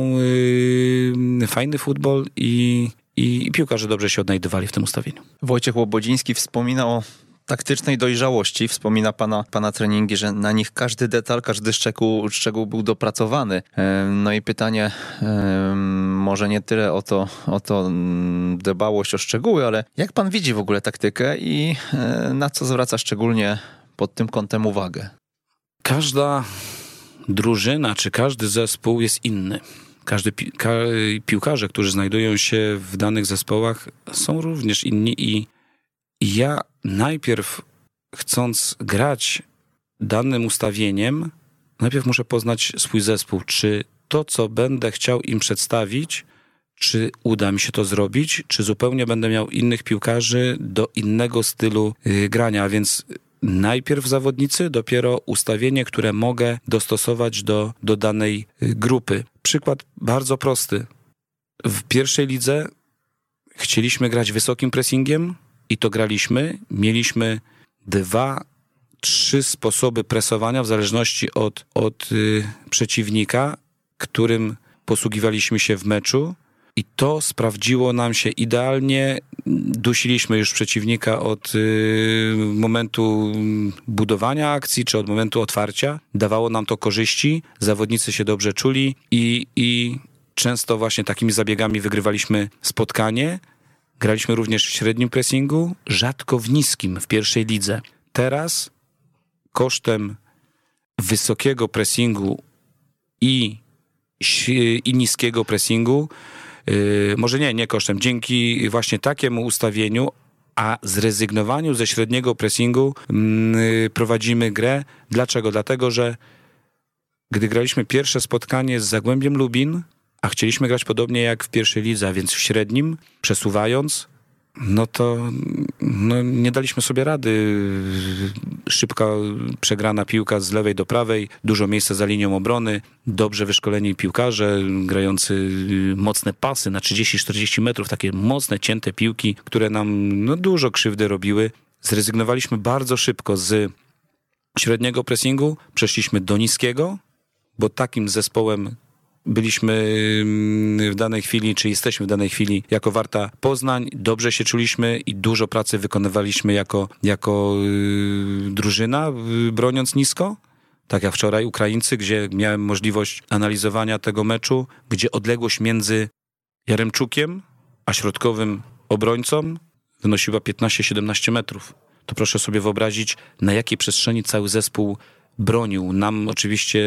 fajny futbol i piłkarze dobrze się odnajdywali w tym ustawieniu. Wojciech Łobodziński wspomina o taktycznej dojrzałości. Wspomina pana treningi, że na nich każdy detal, każdy szczegół był dopracowany. No i pytanie, może nie tyle o to dbałość o szczegóły, ale jak pan widzi w ogóle taktykę i na co zwraca szczególnie pod tym kątem uwagę? Każda drużyna czy każdy zespół jest inny. Piłkarze, którzy znajdują się w danych zespołach, są również inni i ja najpierw, chcąc grać danym ustawieniem, najpierw muszę poznać swój zespół. Czy to, co będę chciał im przedstawić, czy uda mi się to zrobić, czy zupełnie będę miał innych piłkarzy do innego stylu grania. A więc najpierw zawodnicy, dopiero ustawienie, które mogę dostosować do danej grupy. Przykład bardzo prosty. W pierwszej lidze chcieliśmy grać wysokim pressingiem i to graliśmy. Mieliśmy 2-3 sposoby presowania w zależności od przeciwnika, którym posługiwaliśmy się w meczu. I to sprawdziło nam się idealnie. Dusiliśmy już przeciwnika od momentu budowania akcji, czy od momentu otwarcia. Dawało nam to korzyści, zawodnicy się dobrze czuli i często właśnie takimi zabiegami wygrywaliśmy spotkanie. Graliśmy również w średnim pressingu, rzadko w niskim, w pierwszej lidze. Teraz kosztem wysokiego pressingu i niskiego pressingu, może nie kosztem, dzięki właśnie takiemu ustawieniu, a zrezygnowaniu ze średniego pressingu prowadzimy grę. Dlaczego? Dlatego, że gdy graliśmy pierwsze spotkanie z Zagłębiem Lubin, a chcieliśmy grać podobnie jak w pierwszej lidze, a więc w średnim, przesuwając, no to nie daliśmy sobie rady. Szybka, przegrana piłka z lewej do prawej, dużo miejsca za linią obrony, dobrze wyszkoleni piłkarze, grający mocne pasy na 30-40 metrów, takie mocne, cięte piłki, które nam dużo krzywdy robiły. Zrezygnowaliśmy bardzo szybko z średniego pressingu, przeszliśmy do niskiego, bo takim zespołem byliśmy w danej chwili, czy jesteśmy w danej chwili jako Warta Poznań. Dobrze się czuliśmy i dużo pracy wykonywaliśmy jako drużyna, broniąc nisko. Tak jak wczoraj Ukraińcy, gdzie miałem możliwość analizowania tego meczu, gdzie odległość między Jaremczukiem a środkowym obrońcą wynosiła 15-17 metrów. To proszę sobie wyobrazić, na jakiej przestrzeni cały zespół bronił. Nam oczywiście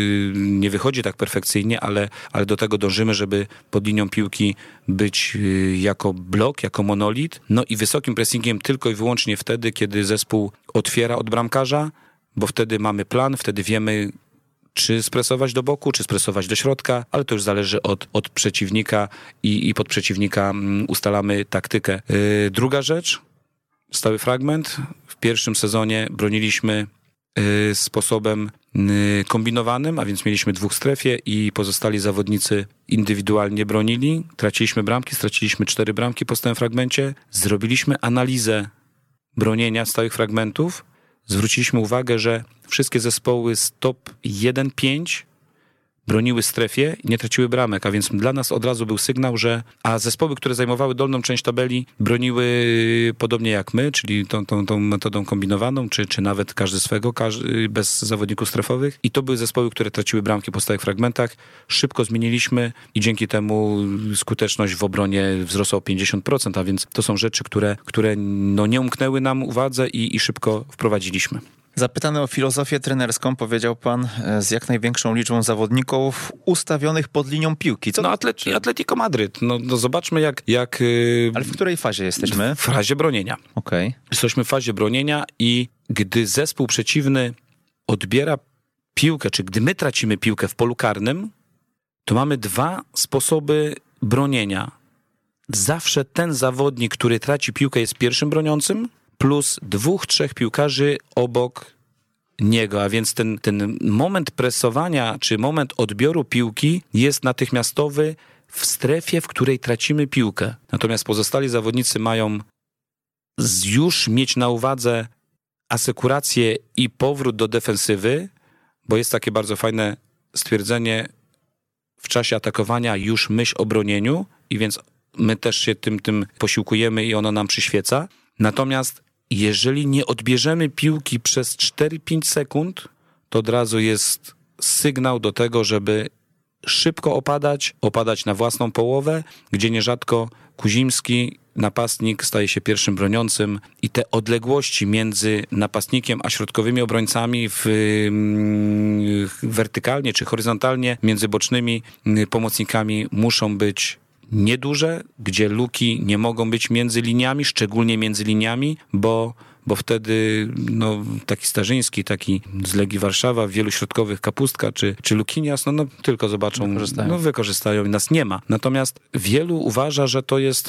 nie wychodzi tak perfekcyjnie, ale do tego dążymy, żeby pod linią piłki być jako blok, jako monolit. No i wysokim pressingiem tylko i wyłącznie wtedy, kiedy zespół otwiera od bramkarza, bo wtedy mamy plan, wtedy wiemy, czy spresować do boku, czy spresować do środka, ale to już zależy od przeciwnika i pod przeciwnika ustalamy taktykę. Druga rzecz, stały fragment. W pierwszym sezonie broniliśmy sposobem kombinowanym, a więc mieliśmy 2 w strefie i pozostali zawodnicy indywidualnie bronili. Traciliśmy bramki, straciliśmy 4 bramki po stałym fragmencie. Zrobiliśmy analizę bronienia stałych fragmentów. Zwróciliśmy uwagę, że wszystkie zespoły z top 1-5 broniły strefie i nie traciły bramek, a więc dla nas od razu był sygnał, a zespoły, które zajmowały dolną część tabeli, broniły podobnie jak my, czyli tą metodą kombinowaną, czy nawet każdy swego, bez zawodników strefowych. I to były zespoły, które traciły bramki po stałych fragmentach. Szybko zmieniliśmy i dzięki temu skuteczność w obronie wzrosła o 50%, a więc to są rzeczy, które nie umknęły nam uwadze i szybko wprowadziliśmy. Zapytany o filozofię trenerską, powiedział pan, z jak największą liczbą zawodników ustawionych pod linią piłki. Atletico Madryt. No zobaczmy jak... Ale w której fazie jesteśmy? W fazie bronienia. Okej. Jesteśmy w fazie bronienia i gdy zespół przeciwny odbiera piłkę, czy gdy my tracimy piłkę w polu karnym, to mamy 2 sposoby bronienia. Zawsze ten zawodnik, który traci piłkę, jest pierwszym broniącym, plus 2-3 piłkarzy obok niego, a więc ten moment presowania, czy moment odbioru piłki jest natychmiastowy w strefie, w której tracimy piłkę. Natomiast pozostali zawodnicy mają już mieć na uwadze asekurację i powrót do defensywy, bo jest takie bardzo fajne stwierdzenie w czasie atakowania już myśl o bronieniu i więc my też się tym posiłkujemy i ono nam przyświeca. Natomiast jeżeli nie odbierzemy piłki przez 4-5 sekund, to od razu jest sygnał do tego, żeby szybko opadać na własną połowę, gdzie nierzadko Kuzimski, napastnik, staje się pierwszym broniącym i te odległości między napastnikiem a środkowymi obrońcami wertykalnie czy horyzontalnie między bocznymi pomocnikami muszą być nieduże, gdzie luki nie mogą być między liniami, szczególnie między liniami, bo wtedy taki Starzyński, taki z Legii Warszawa, wielu środkowych Kapustka czy Lukinias, tylko zobaczą, wykorzystają i nas nie ma. Natomiast wielu uważa, że to jest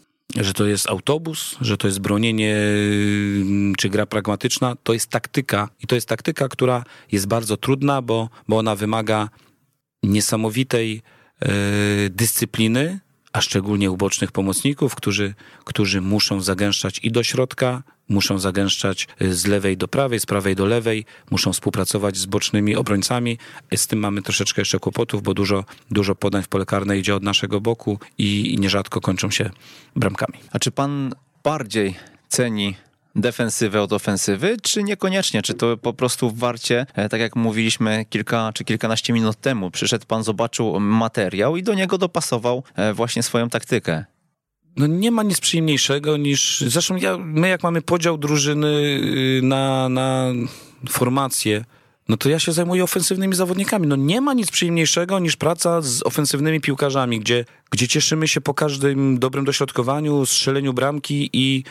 autobus, że to jest bronienie czy gra pragmatyczna. To jest taktyka i to jest taktyka, która jest bardzo trudna, bo ona wymaga niesamowitej dyscypliny, a szczególnie u bocznych pomocników, którzy muszą zagęszczać i do środka, muszą zagęszczać z lewej do prawej, z prawej do lewej, muszą współpracować z bocznymi obrońcami. Z tym mamy troszeczkę jeszcze kłopotów, bo dużo podań w pole karne idzie od naszego boku i nierzadko kończą się bramkami. A czy pan bardziej ceni defensywę od ofensywy, czy niekoniecznie? Czy to po prostu w Warcie, tak jak mówiliśmy kilka czy kilkanaście minut temu, przyszedł pan, zobaczył materiał i do niego dopasował właśnie swoją taktykę? Nie ma nic przyjemniejszego niż... Zresztą my jak mamy podział drużyny na formację, to ja się zajmuję ofensywnymi zawodnikami. Nie ma nic przyjemniejszego niż praca z ofensywnymi piłkarzami, gdzie cieszymy się po każdym dobrym dośrodkowaniu, strzeleniu bramki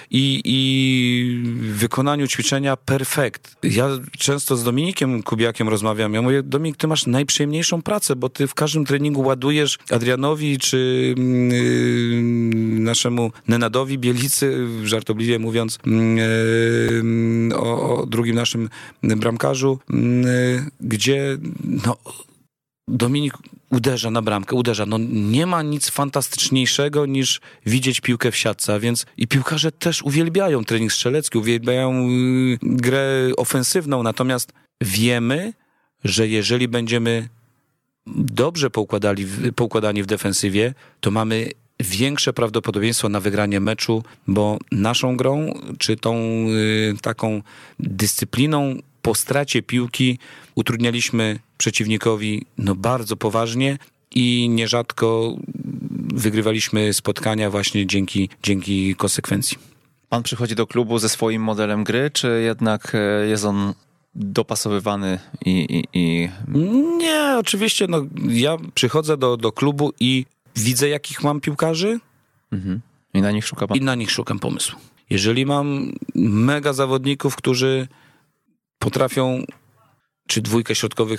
i wykonaniu ćwiczenia perfekt. Ja często z Dominikiem Kubiakiem rozmawiam. Ja mówię, Dominik, ty masz najprzyjemniejszą pracę, bo ty w każdym treningu ładujesz Adrianowi czy naszemu Nenadowi Bielicy, żartobliwie mówiąc, o drugim naszym bramkarzu, gdzie Dominik uderza na bramkę, nie ma nic fantastyczniejszego niż widzieć piłkę w siatce, a więc i piłkarze też uwielbiają trening strzelecki, uwielbiają grę ofensywną, natomiast wiemy, że jeżeli będziemy dobrze poukładani w defensywie, to mamy większe prawdopodobieństwo na wygranie meczu, bo naszą grą, czy tą taką dyscypliną po stracie piłki utrudnialiśmy przeciwnikowi bardzo poważnie i nierzadko wygrywaliśmy spotkania właśnie dzięki konsekwencji. Pan przychodzi do klubu ze swoim modelem gry, czy jednak jest on dopasowywany i... Nie, oczywiście. Ja przychodzę do klubu i widzę, jakich mam piłkarzy. I na nich szuka pan? I na nich szukam pomysłu. Jeżeli mam mega zawodników, którzy potrafią, czy dwójkę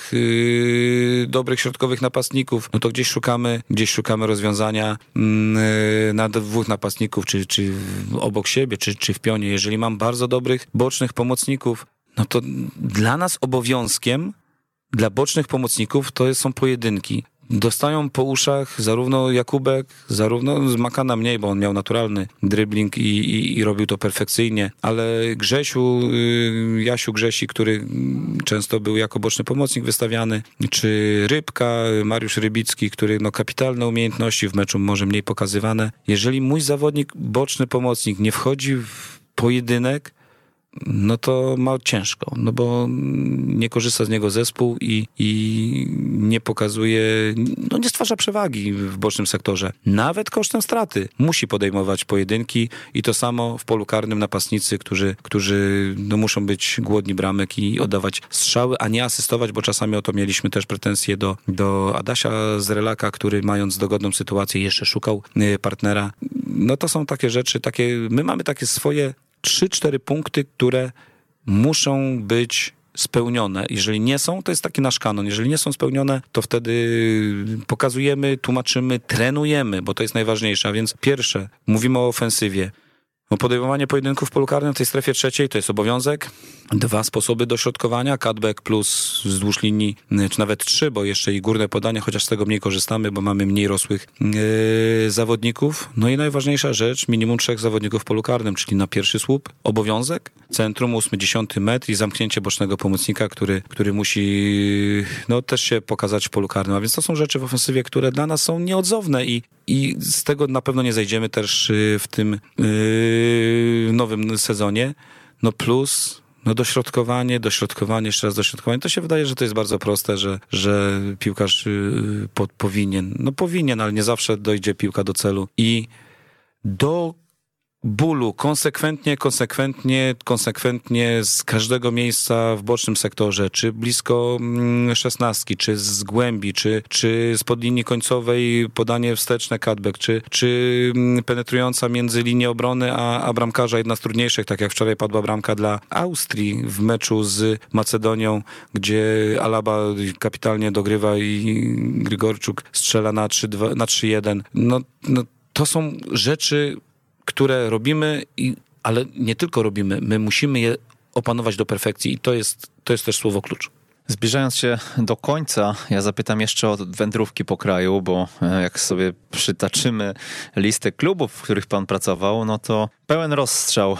dobrych środkowych napastników, to gdzieś szukamy rozwiązania na dwóch napastników, czy obok siebie, czy w pionie. Jeżeli mam bardzo dobrych bocznych pomocników, to dla nas obowiązkiem, dla bocznych pomocników, to są pojedynki. Dostają po uszach zarówno Jakubek, zarówno z Makana mniej, bo on miał naturalny dribbling i robił to perfekcyjnie, ale Jasiu Grzesi, który często był jako boczny pomocnik wystawiany, czy Rybka, Mariusz Rybicki, który kapitalne umiejętności w meczu może mniej pokazywane. Jeżeli mój zawodnik, boczny pomocnik nie wchodzi w pojedynek, to ma ciężko, bo nie korzysta z niego zespół i nie pokazuje, nie stwarza przewagi w bocznym sektorze. Nawet kosztem straty musi podejmować pojedynki i to samo w polu karnym napastnicy, którzy muszą być głodni bramek i oddawać strzały, a nie asystować, bo czasami o to mieliśmy też pretensje do Adasia z Relaka, który mając dogodną sytuację jeszcze szukał partnera. To są takie rzeczy, my mamy takie swoje 3-4 punkty, które muszą być spełnione. Jeżeli nie są, to jest taki nasz kanon. Jeżeli nie są spełnione, to wtedy pokazujemy, tłumaczymy, trenujemy, bo to jest najważniejsze. A więc pierwsze, mówimy o ofensywie. No, podejmowanie pojedynków w polu karnym w tej strefie trzeciej to jest obowiązek. 2 sposoby dośrodkowania, cutback plus wzdłuż linii, czy nawet 3, bo jeszcze i górne podania, chociaż z tego mniej korzystamy, bo mamy mniej rosłych zawodników. No i najważniejsza rzecz, minimum 3 zawodników w polu karnym, czyli na pierwszy słup obowiązek, centrum 8-10 metr i zamknięcie bocznego pomocnika, który musi też się pokazać w polu karnym. A więc to są rzeczy w ofensywie, które dla nas są nieodzowne i z tego na pewno nie zejdziemy też w tym nowym sezonie. No plus dośrodkowanie, jeszcze raz dośrodkowanie. To się wydaje, że to jest bardzo proste, że piłkarz powinien, ale nie zawsze dojdzie piłka do celu. I do bólu konsekwentnie z każdego miejsca w bocznym sektorze, czy blisko 16, czy z głębi, czy spod linii końcowej podanie wsteczne, cutback, czy penetrująca między linię obrony a bramkarza, jedna z trudniejszych, tak jak wczoraj padła bramka dla Austrii w meczu z Macedonią, gdzie Alaba kapitalnie dogrywa i Grigorczuk strzela na 3-1. To są rzeczy, które robimy, ale nie tylko robimy, my musimy je opanować do perfekcji i to jest też słowo klucz. Zbliżając się do końca, ja zapytam jeszcze o wędrówki po kraju, bo jak sobie przytaczymy listę klubów, w których pan pracował, no to pełen rozstrzał.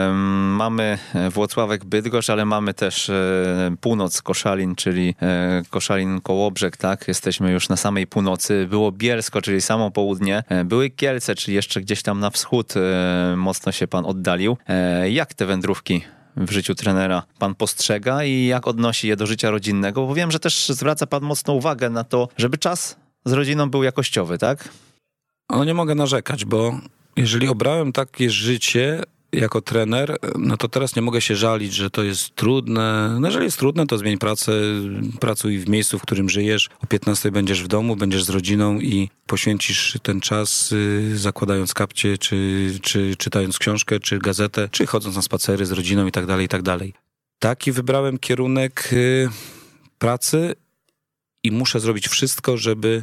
Mamy Włocławek, Bydgoszcz, ale mamy też północ, Koszalin, czyli Koszalin, Kołobrzeg, tak? Jesteśmy już na samej północy. Było Bielsko, czyli samo południe. Były Kielce, czyli jeszcze gdzieś tam na wschód mocno się pan oddalił. Jak te wędrówki w życiu trenera pan postrzega i jak odnosi je do życia rodzinnego? Bo wiem, że też zwraca pan mocną uwagę na to, żeby czas z rodziną był jakościowy, tak? Ale nie mogę narzekać, bo jeżeli obrałem takie życie jako trener, no to teraz nie mogę się żalić, że to jest trudne. No jeżeli jest trudne, to zmień pracę, pracuj w miejscu, w którym żyjesz. O 15 będziesz w domu, będziesz z rodziną i poświęcisz ten czas zakładając kapcie, czy czytając książkę, czy gazetę, czy chodząc na spacery z rodziną i tak dalej, i tak dalej. Taki wybrałem kierunek pracy i muszę zrobić wszystko, żeby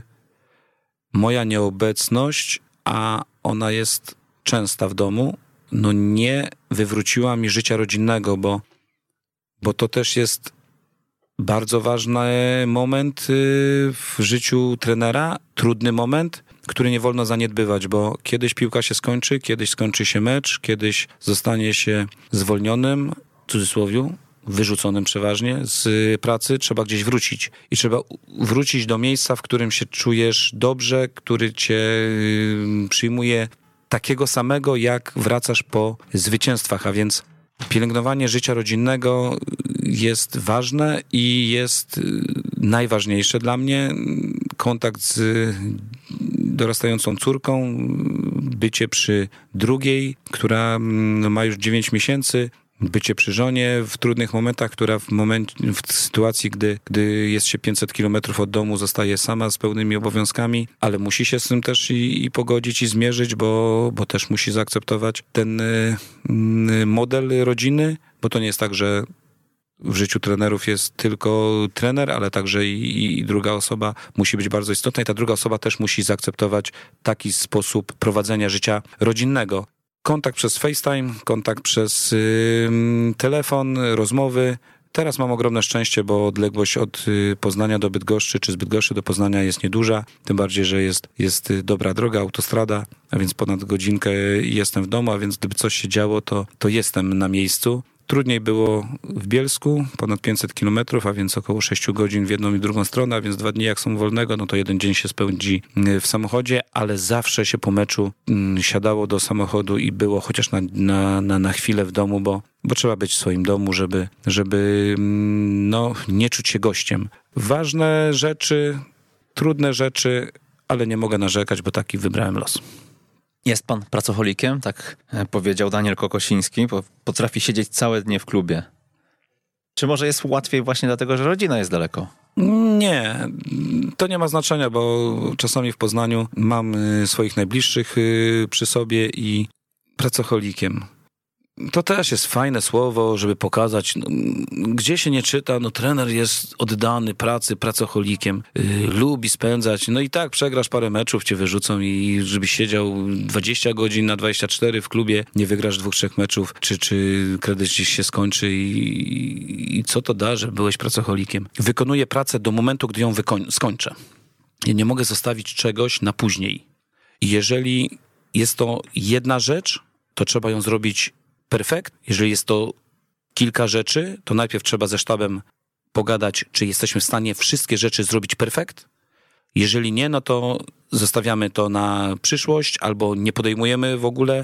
moja nieobecność, a ona jest częsta w domu, nie wywróciła mi życia rodzinnego, bo to też jest bardzo ważny moment w życiu trenera, trudny moment, który nie wolno zaniedbywać, bo kiedyś piłka się skończy, kiedyś skończy się mecz, kiedyś zostanie się zwolnionym, w cudzysłowie, wyrzuconym przeważnie z pracy, trzeba gdzieś wrócić. I trzeba wrócić do miejsca, w którym się czujesz dobrze, który cię przyjmuje takiego samego, jak wracasz po zwycięstwach, a więc pielęgnowanie życia rodzinnego jest ważne i jest najważniejsze dla mnie. Kontakt z dorastającą córką, bycie przy drugiej, która ma już 9 miesięcy, bycie przy żonie w trudnych momentach, która w sytuacji, gdy jest się 500 kilometrów od domu, zostaje sama z pełnymi obowiązkami, ale musi się z tym też i pogodzić i zmierzyć, bo też musi zaakceptować ten model rodziny, bo to nie jest tak, że w życiu trenerów jest tylko trener, ale także i druga osoba musi być bardzo istotna i ta druga osoba też musi zaakceptować taki sposób prowadzenia życia rodzinnego. Kontakt przez FaceTime, kontakt przez telefon, rozmowy. Teraz mam ogromne szczęście, bo odległość od Poznania do Bydgoszczy, czy z Bydgoszczy do Poznania jest nieduża. Tym bardziej, że jest dobra droga, autostrada, a więc ponad godzinkę jestem w domu, a więc gdyby coś się działo, to jestem na miejscu. Trudniej było w Bielsku, ponad 500 kilometrów, a więc około 6 godzin w jedną i drugą stronę, a więc 2 dni jak są wolnego, no to 1 dzień się spędzi w samochodzie, ale zawsze się po meczu siadało do samochodu i było chociaż na chwilę w domu, bo trzeba być w swoim domu, żeby nie czuć się gościem. Ważne rzeczy, trudne rzeczy, ale nie mogę narzekać, bo taki wybrałem los. Jest pan pracocholikiem, tak powiedział Daniel Kokosiński, bo potrafi siedzieć całe dnie w klubie. Czy może jest łatwiej właśnie dlatego, że rodzina jest daleko? Nie, to nie ma znaczenia, bo czasami w Poznaniu mam swoich najbliższych przy sobie i pracocholikiem. To też jest fajne słowo, żeby pokazać, gdzie się nie czyta, trener jest oddany pracy, pracocholikiem, lubi spędzać, i tak przegrasz parę meczów, cię wyrzucą i żebyś siedział 20 godzin na 24 w klubie, nie wygrasz 2-3 meczów, czy kredyt gdzieś się skończy i co to da, że byłeś pracocholikiem? Wykonuję pracę do momentu, gdy ją skończę. Ja nie mogę zostawić czegoś na później. I jeżeli jest to jedna rzecz, to trzeba ją zrobić perfekt. Jeżeli jest to kilka rzeczy, to najpierw trzeba ze sztabem pogadać, czy jesteśmy w stanie wszystkie rzeczy zrobić perfekt. Jeżeli nie, to zostawiamy to na przyszłość albo nie podejmujemy w ogóle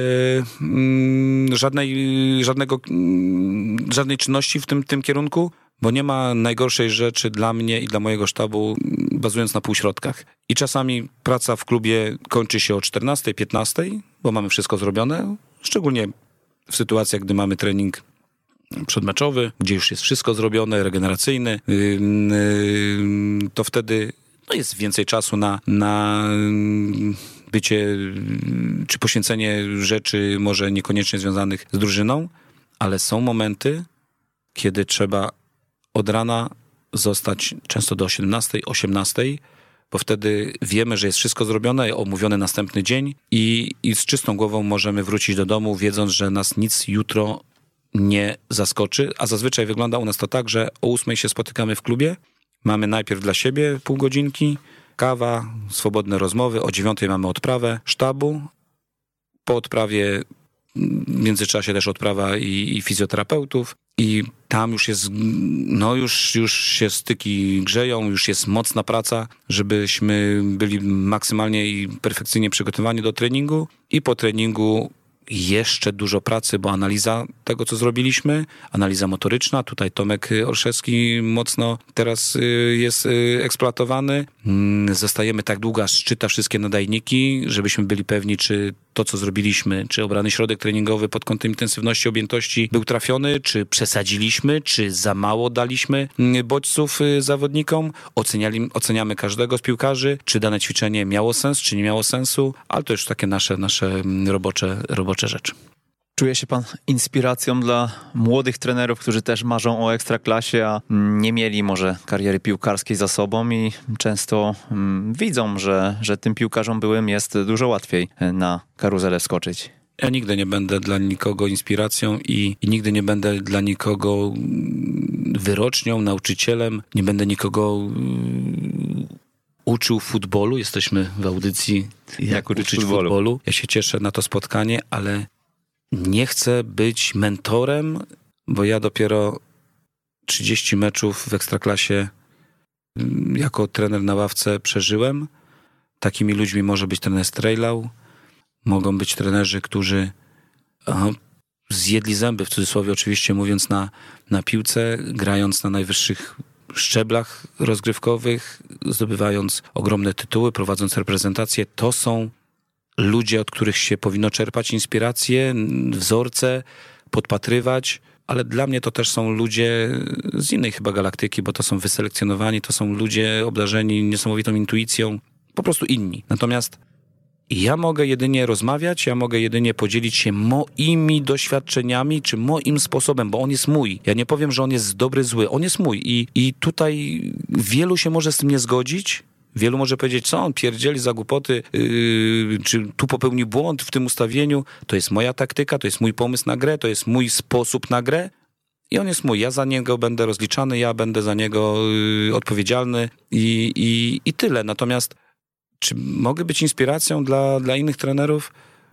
żadnej czynności w tym kierunku, bo nie ma najgorszej rzeczy dla mnie i dla mojego sztabu bazując na półśrodkach. I czasami praca w klubie kończy się o 14, 15, bo mamy wszystko zrobione, szczególnie w sytuacjach, gdy mamy trening przedmeczowy, gdzie już jest wszystko zrobione, regeneracyjny, to wtedy jest więcej czasu na bycie, czy poświęcenie rzeczy może niekoniecznie związanych z drużyną, ale są momenty, kiedy trzeba od rana zostać często do 17, 18, bo wtedy wiemy, że jest wszystko zrobione, omówione następny dzień i z czystą głową możemy wrócić do domu, wiedząc, że nas nic jutro nie zaskoczy, a zazwyczaj wygląda u nas to tak, że o 8 się spotykamy w klubie, mamy najpierw dla siebie pół godzinki, kawa, swobodne rozmowy, o 9 mamy odprawę sztabu, po odprawie w międzyczasie też odprawa i fizjoterapeutów i tam już jest, już się styki grzeją, już jest mocna praca, żebyśmy byli maksymalnie i perfekcyjnie przygotowani do treningu i po treningu jeszcze dużo pracy, bo analiza tego, co zrobiliśmy, analiza motoryczna, tutaj Tomek Olszewski mocno teraz jest eksploatowany. Zostajemy tak długo, aż czyta wszystkie nadajniki, żebyśmy byli pewni, czy to, co zrobiliśmy, czy obrany środek treningowy pod kątem intensywności, objętości był trafiony, czy przesadziliśmy, czy za mało daliśmy bodźców zawodnikom. Oceniamy każdego z piłkarzy, czy dane ćwiczenie miało sens, czy nie miało sensu, ale to już takie nasze robocze rzeczy. Czuje się pan inspiracją dla młodych trenerów, którzy też marzą o ekstraklasie, a nie mieli może kariery piłkarskiej za sobą i często widzą, że tym piłkarzom byłym jest dużo łatwiej na karuzelę wskoczyć. Ja nigdy nie będę dla nikogo inspiracją i nigdy nie będę dla nikogo wyrocznią, nauczycielem, nie będę nikogo uczył futbolu. Jesteśmy w audycji Jak uczyć futbolu. Ja się cieszę na to spotkanie, ale nie chcę być mentorem, bo ja dopiero 30 meczów w Ekstraklasie jako trener na ławce przeżyłem. Takimi ludźmi może być trener Strejlau, mogą być trenerzy, którzy zjedli zęby, w cudzysłowie oczywiście mówiąc, na piłce, grając na najwyższych szczeblach rozgrywkowych, zdobywając ogromne tytuły, prowadząc reprezentację. To są ludzie, od których się powinno czerpać inspiracje, wzorce, podpatrywać, ale dla mnie to też są ludzie z innej chyba galaktyki, bo to są wyselekcjonowani, to są ludzie obdarzeni niesamowitą intuicją, po prostu inni. Natomiast ja mogę jedynie rozmawiać, ja mogę jedynie podzielić się moimi doświadczeniami, czy moim sposobem, bo on jest mój. Ja nie powiem, że on jest dobry, zły, on jest mój i tutaj wielu się może z tym nie zgodzić. Wielu może powiedzieć, co on pierdzieli za głupoty, czy tu popełnił błąd w tym ustawieniu. To jest moja taktyka, to jest mój pomysł na grę, to jest mój sposób na grę i on jest mój. Ja za niego będę rozliczany, ja będę za niego odpowiedzialny i tyle. Natomiast czy mogę być inspiracją dla innych trenerów?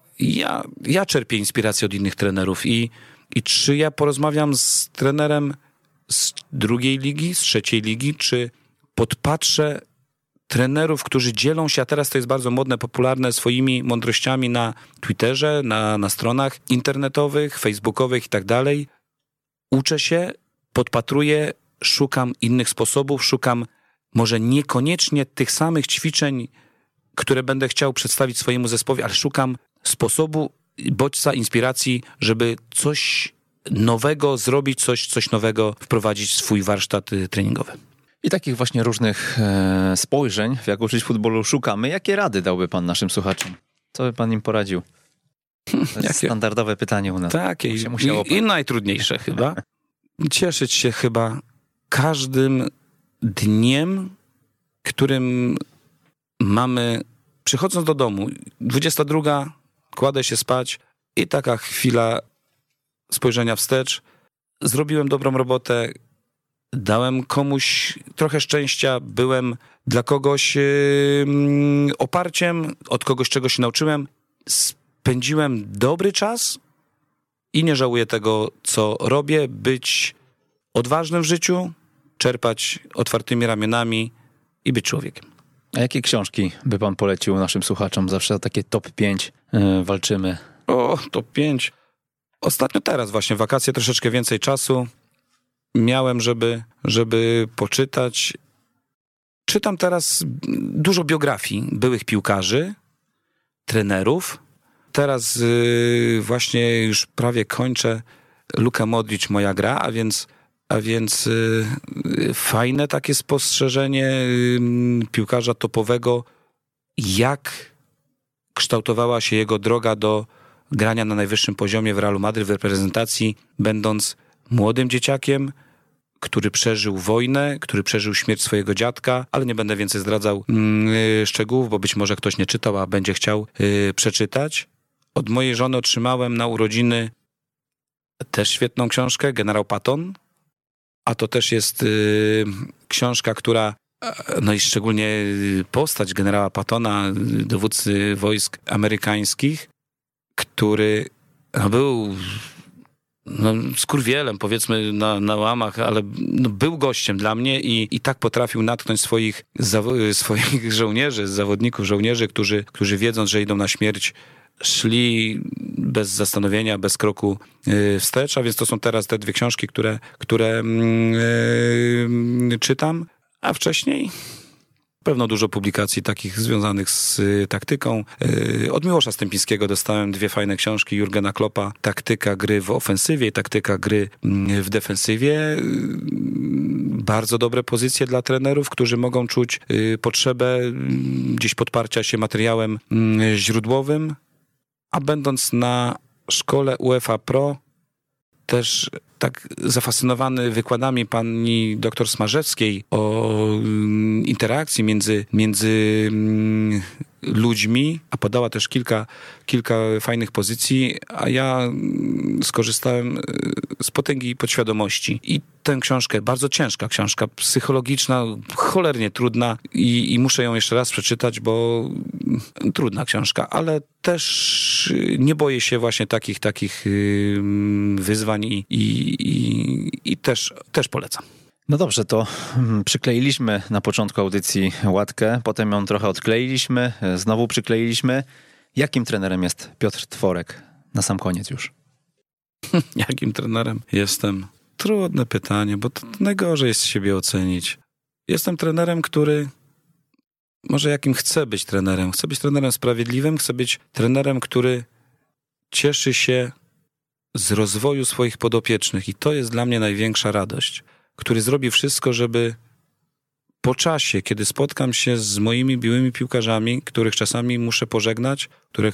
Ja czerpię inspirację od innych trenerów i czy ja porozmawiam z trenerem z drugiej ligi, z trzeciej ligi, czy podpatrzę trenerów, którzy dzielą się, a teraz to jest bardzo modne, popularne, swoimi mądrościami na Twitterze, na stronach internetowych, facebookowych i tak dalej. Uczę się, podpatruję, szukam innych sposobów, szukam może niekoniecznie tych samych ćwiczeń, które będę chciał przedstawić swojemu zespołowi, ale szukam sposobu, bodźca, inspiracji, żeby coś nowego zrobić, coś nowego wprowadzić w swój warsztat treningowy. I takich właśnie różnych spojrzeń, w Jak uczyć futbolu szukamy. Jakie rady dałby pan naszym słuchaczom? Co by pan im poradził? To jest standardowe pytanie u nas. Takie i najtrudniejsze chyba. Cieszyć się chyba każdym dniem, którym mamy, przychodząc do domu, 22, kładę się spać i taka chwila spojrzenia wstecz. Zrobiłem dobrą robotę, dałem komuś trochę szczęścia, byłem dla kogoś oparciem, od kogoś czegoś się nauczyłem. Spędziłem dobry czas i nie żałuję tego, co robię. Być odważnym w życiu, czerpać otwartymi ramionami i być człowiekiem. A jakie książki by pan polecił naszym słuchaczom? Zawsze o takie top 5 walczymy. O, top 5. Ostatnio teraz właśnie, wakacje, troszeczkę więcej czasu miałem, żeby poczytać. Czytam teraz dużo biografii byłych piłkarzy, trenerów. Teraz właśnie już prawie kończę Luka Modric, moja gra, a więc fajne takie spostrzeżenie piłkarza topowego, jak kształtowała się jego droga do grania na najwyższym poziomie w Realu Madryt, w reprezentacji, będąc młodym dzieciakiem, który przeżył wojnę, który przeżył śmierć swojego dziadka, ale nie będę więcej zdradzał szczegółów, bo być może ktoś nie czytał, a będzie chciał przeczytać. Od mojej żony otrzymałem na urodziny też świetną książkę, Generał Patton, a to też jest książka, która, no i szczególnie postać generała Pattona, dowódcy wojsk amerykańskich, który był skurwielem, powiedzmy, na łamach, ale był gościem dla mnie i tak potrafił natknąć swoich żołnierzy, zawodników, żołnierzy, którzy wiedząc, że idą na śmierć, szli bez zastanowienia, bez kroku wstecz, a więc to są teraz te dwie książki, które czytam, a wcześniej pewno dużo publikacji takich związanych z taktyką. Od Miłosza Stępińskiego dostałem dwie fajne książki Jurgena Kloppa, Taktyka gry w ofensywie i Taktyka gry w defensywie. Bardzo dobre pozycje dla trenerów, którzy mogą czuć potrzebę gdzieś podparcia się materiałem źródłowym, a będąc na szkole UEFA Pro, też tak zafascynowany wykładami pani doktor Smarzewskiej o interakcji między ludźmi, a podała też kilka fajnych pozycji, a ja skorzystałem z potęgi podświadomości. I tę książkę, bardzo ciężka książka, psychologiczna, cholernie trudna i muszę ją jeszcze raz przeczytać, bo trudna książka, ale też nie boję się właśnie takich wyzwań i też polecam. No dobrze, to przykleiliśmy na początku audycji łatkę, potem ją trochę odkleiliśmy, znowu przykleiliśmy. Jakim trenerem jest Piotr Tworek? Na sam koniec już. Jakim trenerem jestem? Trudne pytanie, bo to najgorzej jest siebie ocenić. Jestem trenerem, który... Może jakim chcę być trenerem? Chcę być trenerem sprawiedliwym, chcę być trenerem, który cieszy się z rozwoju swoich podopiecznych i to jest dla mnie największa radość. Który zrobi wszystko, żeby po czasie, kiedy spotkam się z moimi byłymi piłkarzami, których czasami muszę pożegnać,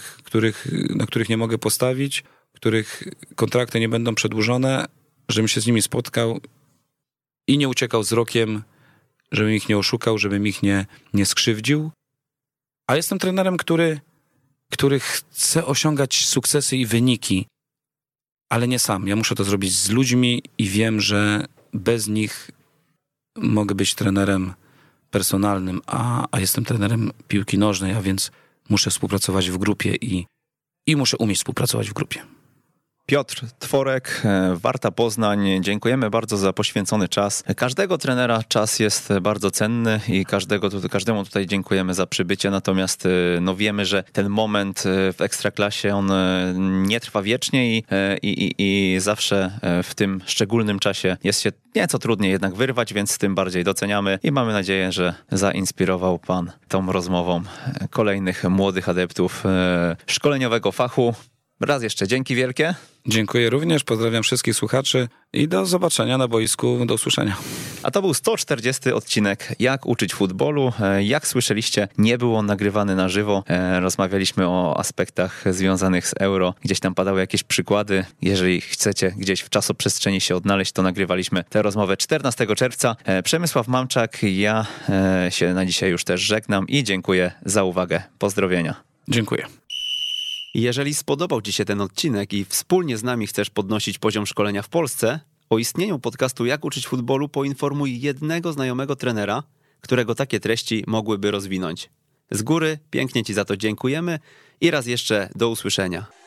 na których nie mogę postawić, których kontrakty nie będą przedłużone, żebym się z nimi spotkał i nie uciekał wzrokiem, żebym ich nie oszukał, żebym ich nie skrzywdził. A jestem trenerem, który chce osiągać sukcesy i wyniki, ale nie sam. Ja muszę to zrobić z ludźmi i wiem, że bez nich mogę być trenerem personalnym, a jestem trenerem piłki nożnej, a więc muszę współpracować w grupie i muszę umieć współpracować w grupie. Piotr Tworek, Warta Poznań. Dziękujemy bardzo za poświęcony czas. Każdego trenera czas jest bardzo cenny i każdemu tutaj dziękujemy za przybycie. Natomiast no wiemy, że ten moment w Ekstraklasie on nie trwa wiecznie i zawsze w tym szczególnym czasie jest się nieco trudniej jednak wyrwać, więc tym bardziej doceniamy i mamy nadzieję, że zainspirował pan tą rozmową kolejnych młodych adeptów szkoleniowego fachu. Raz jeszcze dzięki wielkie. Dziękuję również, pozdrawiam wszystkich słuchaczy i do zobaczenia na boisku, do usłyszenia. A to był 140 odcinek Jak uczyć futbolu. Jak słyszeliście, nie był on nagrywany na żywo. Rozmawialiśmy o aspektach związanych z Euro. Gdzieś tam padały jakieś przykłady. Jeżeli chcecie gdzieś w czasoprzestrzeni się odnaleźć, to nagrywaliśmy tę rozmowę 14 czerwca. Przemysław Mamczak, ja się na dzisiaj już też żegnam i dziękuję za uwagę. Pozdrowienia. Dziękuję. Jeżeli spodobał Ci się ten odcinek i wspólnie z nami chcesz podnosić poziom szkolenia w Polsce, o istnieniu podcastu Jak uczyć futbolu poinformuj jednego znajomego trenera, którego takie treści mogłyby rozwinąć. Z góry pięknie Ci za to dziękujemy i raz jeszcze do usłyszenia.